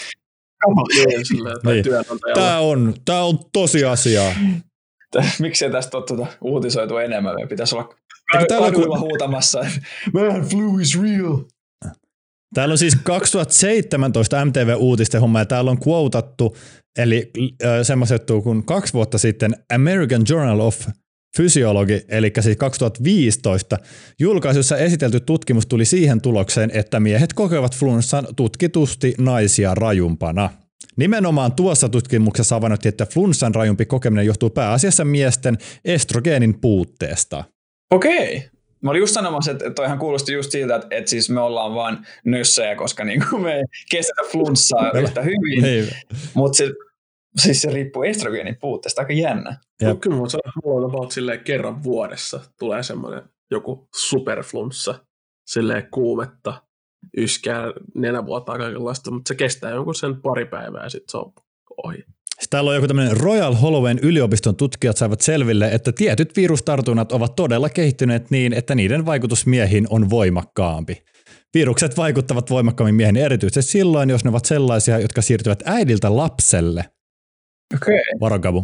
niin. Tämä on, tämä on tosiasiaa. Miksi ei tästä ole tuota uutisoitu enemmän? Me pitäisi olla kaduilla huutamassa. Man, flu is real. Täällä on siis kaksituhattaseitsemäntoista M T V-uutisten homma, ja täällä on quotattu, eli äh, semmoisen juttu kuin kaksi vuotta sitten American Journal of Physiology, eli siis kaksituhattaviisitoista, julkaisussa esitelty tutkimus tuli siihen tulokseen, että miehet kokevat flunssan tutkitusti naisia rajumpana. Nimenomaan tuossa tutkimuksessa havainnuttiin, että flunssan rajumpi kokeminen johtuu pääasiassa miesten estrogeenin puutteesta. Okei. Mä olin just sanomassa, että toihan kuulosti just siltä, että, että siis me ollaan vaan nössejä, koska niin kuin me ei kestetä flunssaa yhtä hyvin, mutta se, siis se riippuu estrogeenin puutteesta, aika jännä. No, kyllä mulla on about silleen kerran vuodessa tulee semmoinen joku superflunssa, silleen kuumetta, yskää, nenävuotaa kaikenlaista, mutta se kestää jonkun sen pari päivää ja sitten se on ohi. Täällä on joku tämmöinen Royal Holloway yliopiston tutkijat saivat selville, että tietyt virustartunnat ovat todella kehittyneet niin, että niiden vaikutus miehiin on voimakkaampi. Virukset vaikuttavat voimakkaammin miehiin erityisesti silloin, jos ne ovat sellaisia, jotka siirtyvät äidiltä lapselle. Okei. Okay. Varogabu.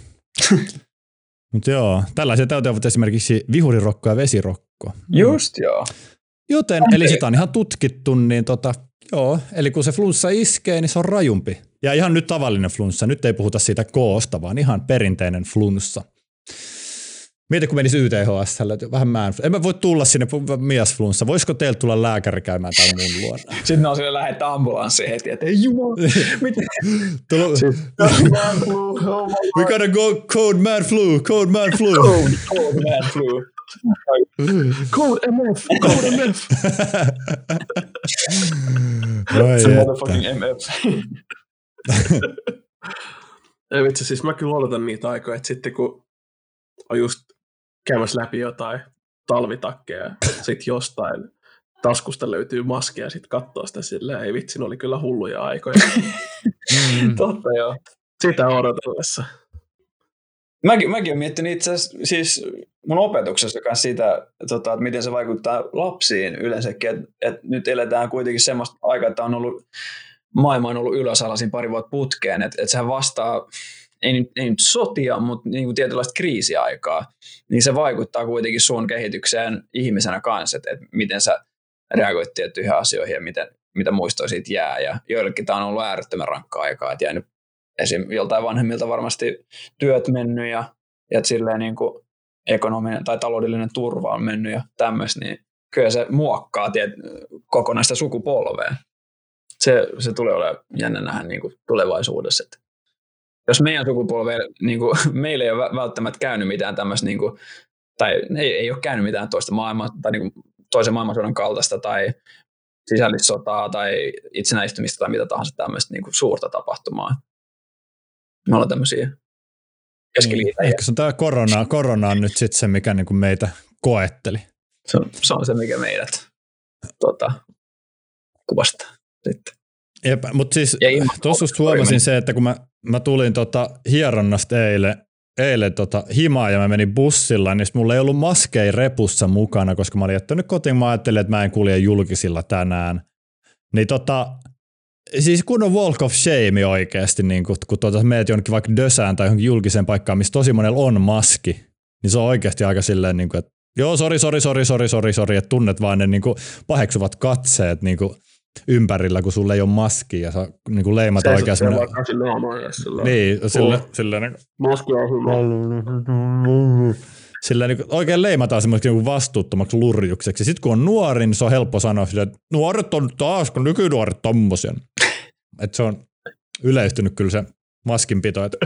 Mutta joo, tällaisia tauteja ovat esimerkiksi vihurirokko ja vesirokko. Just joo. Joten, okay. Eli sitä on ihan tutkittu, niin tota, joo, eli kun se flunssa iskee, niin se on rajumpi. Ja ihan nyt tavallinen flunssa, nyt ei puhuta siitä koosta, vaan ihan perinteinen flunssa. Mieti, kun menisi Y T H S:lle, vähän mä en, en mä voi tulla sinne miesflunssa. Voisiko teiltä tulla lääkäri käymään tämän mun luona? Sitten ne on sille lähettää ambulanssiin heti, että ei jumala, miten? We gotta go code man flu, code man flu. Code, code man flu. Code M F, code M F. Se motherfucking M F. Ei vitsi, siis mä kyllä odotan niitä aikoja, että sitten kun on just käymässä läpi jotain talvitakkeja ja sitten jostain taskusta löytyy maski ja sitten katsoo sitä silleen, ei vitsi, ne oli kyllä hulluja aikoja. mm. Totta joo. Sitä odotellessa. Mäkin, mäkin olen miettinyt itse asiassa siis mun opetuksessa kanssa sitä, tota, että miten se vaikuttaa lapsiin yleensäkin, että, että nyt eletään kuitenkin semmoista aikaa, että on ollut, maailma on ollut ylösalaisin pari vuotta putkeen, että, että sehän vastaa, ei, ei nyt sotia, mutta niin kuin tietynlaista kriisiaikaa, niin se vaikuttaa kuitenkin sun kehitykseen ihmisenä kanssa, että, että miten sä reagoit tiettyihin asioihin ja miten, mitä muistoja siitä jää, ja joillekin tämä on ollut äärettömän rankkaa aikaa, että jäänyt esim. Joltain vanhemmilta varmasti työt mennyt ja, ja silleen niin kuin ekonominen tai taloudellinen turva on mennyt ja tämmöistä, niin kyllä se muokkaa tiet, kokonaista sukupolvea. Se, se tulee olemaan jännä nähdä niin kuin tulevaisuudessa. Että jos meidän sukupolve, niin kuin, meillä ei ole välttämättä käynyt mitään tämmöistä, niin kuin, tai ei, ei ole käynyt mitään toista maailmaa, tai niin kuin toisen maailmansodan kaltaista, tai sisällissotaa, tai itsenäistymistä, tai mitä tahansa tämmöistä niin kuin suurta tapahtumaa. Me ollaan tämmöisiä keskiliitäjiä. Ehkä se on tämä korona, korona on nyt sitten se, mikä niinku meitä koetteli. Se on, se on se, mikä meidät tota, kuvastaa sitten. Jep, mutta siis tuossa huomasin se, että kun mä, mä tulin tota hieronnasta eilen, eilen tota himaan ja mä menin bussilla, niin mulla ei ollut maskeja repussa mukana, koska mä olin jättänyt kotiin, mä ajattelin, että mä en kulje julkisilla tänään. Niin tota, siis kun on walk of shame oikeasti, niin kun, kun tuota, meet jonnekin vaikka dösään tai johonkin julkiseen paikkaan, missä tosi monella on maski, niin se on oikeasti aika silleen, niin kuin, että joo, sori, sori, sori, sori, sori, sori, että tunnet vaan ne niin kuin paheksuvat katseet niin kuin ympärillä, kun sulla ei ole maskia ja saa niin kuin leimata oikein semmoinen. Niin, sille, sille niin sillä niin oikein leimataan semmoiseksi niin vastuuttomaksi lurjukseksi. Sitten kun on nuori, niin se on helppo sanoa sille, että nuoret on taas, kun nykynuoret tommosia. Että se on yleistynyt kyllä se maskinpito. Että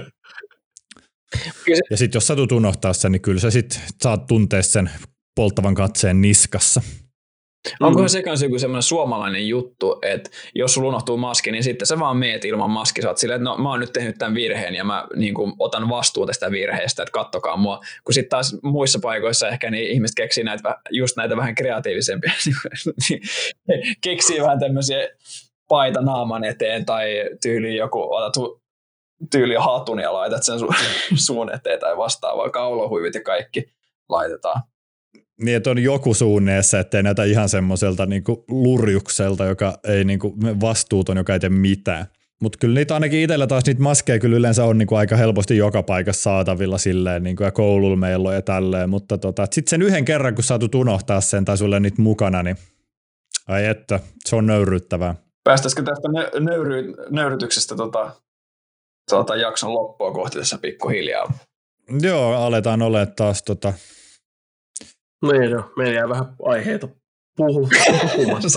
ja sitten jos satut unohtaa sen, niin kyllä sä sit saat tuntea sen polttavan katseen niskassa. Onkohan se kanssa joku semmoinen suomalainen juttu, että jos sulla unohtuu maski, niin sitten sä vaan meet ilman maski. Sä oot silleen, että no mä oon nyt tehnyt tämän virheen ja mä niin kuin, otan vastuuta tästä virheestä, että kattokaa mua. Kun sitten taas muissa paikoissa ehkä niin ihmiset keksii näitä, just näitä vähän kreatiivisempia. Keksii vähän tämmöisiä paita naaman eteen tai tyyliin joku, otat tyyliin hatun ja laitat sen su- suun eteen tai vastaavaa. Kaulohuivit ja kaikki laitetaan. Niin, että on joku suunneessa, ettei näytä ihan semmoiselta niinku lurjukselta, joka ei niinku vastuuton, joka ei tee mitään. Mutta kyllä niitä ainakin itsellä taas niitä maskeja kyllä yleensä on niinku aika helposti joka paikassa saatavilla silleen, niinku, ja koululla meillä on ja tälleen, mutta tota, sitten sen yhden kerran, kun saatut unohtaa sen tai sulle niitä mukana, niin ai että, se on nöyryyttävää. Päästäisikö tästä nö- nöyry- nöyrytyksestä tota, tota jakson loppua kohti tässä pikkuhiljaa? Joo, aletaan olemaan taas tota... Niin no, meillä jää vähän aiheita puhumasta.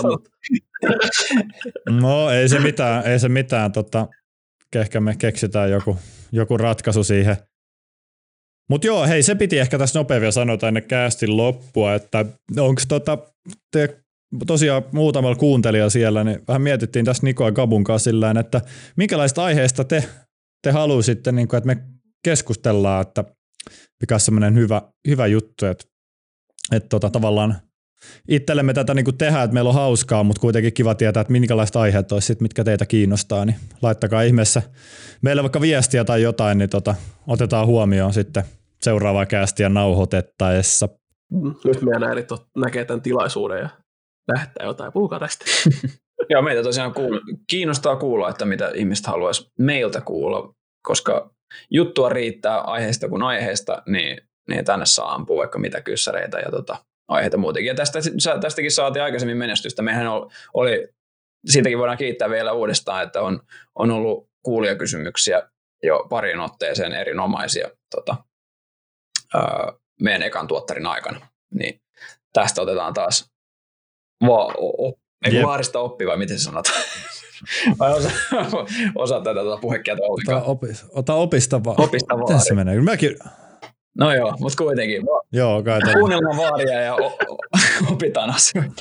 No ei se mitään, ei se mitään. Tota, ehkä me keksitään joku, joku ratkaisu siihen. Mutta joo, hei, se piti ehkä tässä nopein vielä sanoa tänne käästin loppua, että onko tota, te tosiaan muutamalla kuuntelijalla siellä, niin vähän mietittiin tässä Niko ja Gabun kanssa sillään, että minkälaista aiheesta te, te haluaisitte, niin kun, että me keskustellaan, että mikä on semmoinen hyvä, hyvä juttu, että Että tota, tavallaan itsellemme tätä niin kuin tehdään, että meillä on hauskaa, mutta kuitenkin kiva tietää, että minkälaista aiheet olisi sit, mitkä teitä kiinnostaa, niin laittakaa ihmeessä meille vaikka viestiä tai jotain, niin tota, otetaan huomioon sitten seuraavaa käästiä nauhoitettaessa. Nyt meidän äidit näkee tämän tilaisuuden ja lähtee jotain, puhukaa tästä. Joo, meitä tosiaan kuul- kiinnostaa kuulla, että mitä ihmiset haluaisi meiltä kuulla, koska juttua riittää aiheesta kuin aiheesta, niin niin tänne saa ampua vaikka mitä kyssäreitä ja tota, aiheita muutenkin. Ja tästä, tästäkin saatiin aikaisemmin menestystä. Mehän oli, siitäkin voidaan kiittää vielä uudestaan, että on, on ollut kuulijakysymyksiä jo parin otteeseen erinomaisia tota, ää, meidän ekan tuottarin aikana. Niin tästä otetaan taas va- o- Eikö yep. vaarista oppi vai miten se sanotaan? Vai osa, osa tätä tuota puhekieltä ollenkaan? Ota, opis, ota opista vaan. Opista vaari. Miten se menee? Mäkin... No joo, mutta kuitenkin. Joo, kai kuunnellaan vaaria ja o- o- opitaan asioita.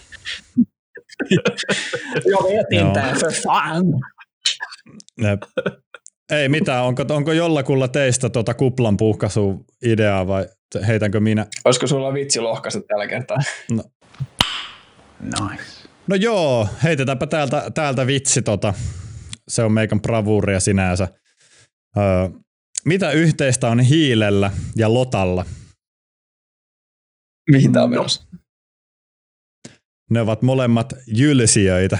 Joo, vetin tää for fun. Ei mitään, onko, onko jollakulla teistä tuota kuplan puhkaisu ideaa vai heitänkö minä? Olisiko sulla vitsi lohkaista tällä kertaa? No. Nice. No joo, heitetäänpä täältä, täältä vitsi. Tota. Se on meikän bravuuria sinänsä. Öö, mitä yhteistä on hiilellä ja lotalla? Mihin tää on menossa? Ne ovat molemmat jylsijöitä.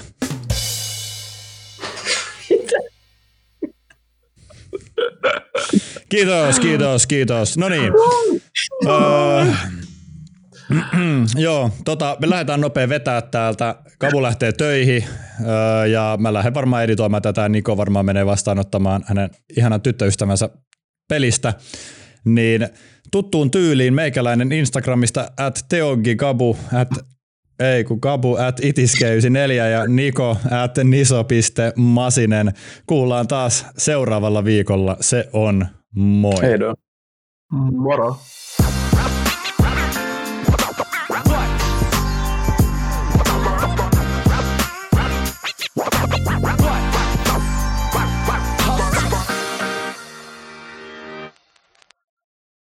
Kiitos, kiitos, kiitos. No niin. Öö, joo, tota, me lähdetään nopea vetää täältä. Gabu lähtee töihin öö, ja mä lähden varmaan editoimaan tätä. Niko varmaan menee vastaanottamaan hänen ihanan tyttöystävänsä pelistä. Niin tuttuun tyyliin meikäläinen Instagramista at teogigabu at ei kun Gabu at itiske yhdeksänkymmentäneljä ja Niko at niso piste masinen. Kuullaan taas seuraavalla viikolla. Se on moi. Heido. Moro.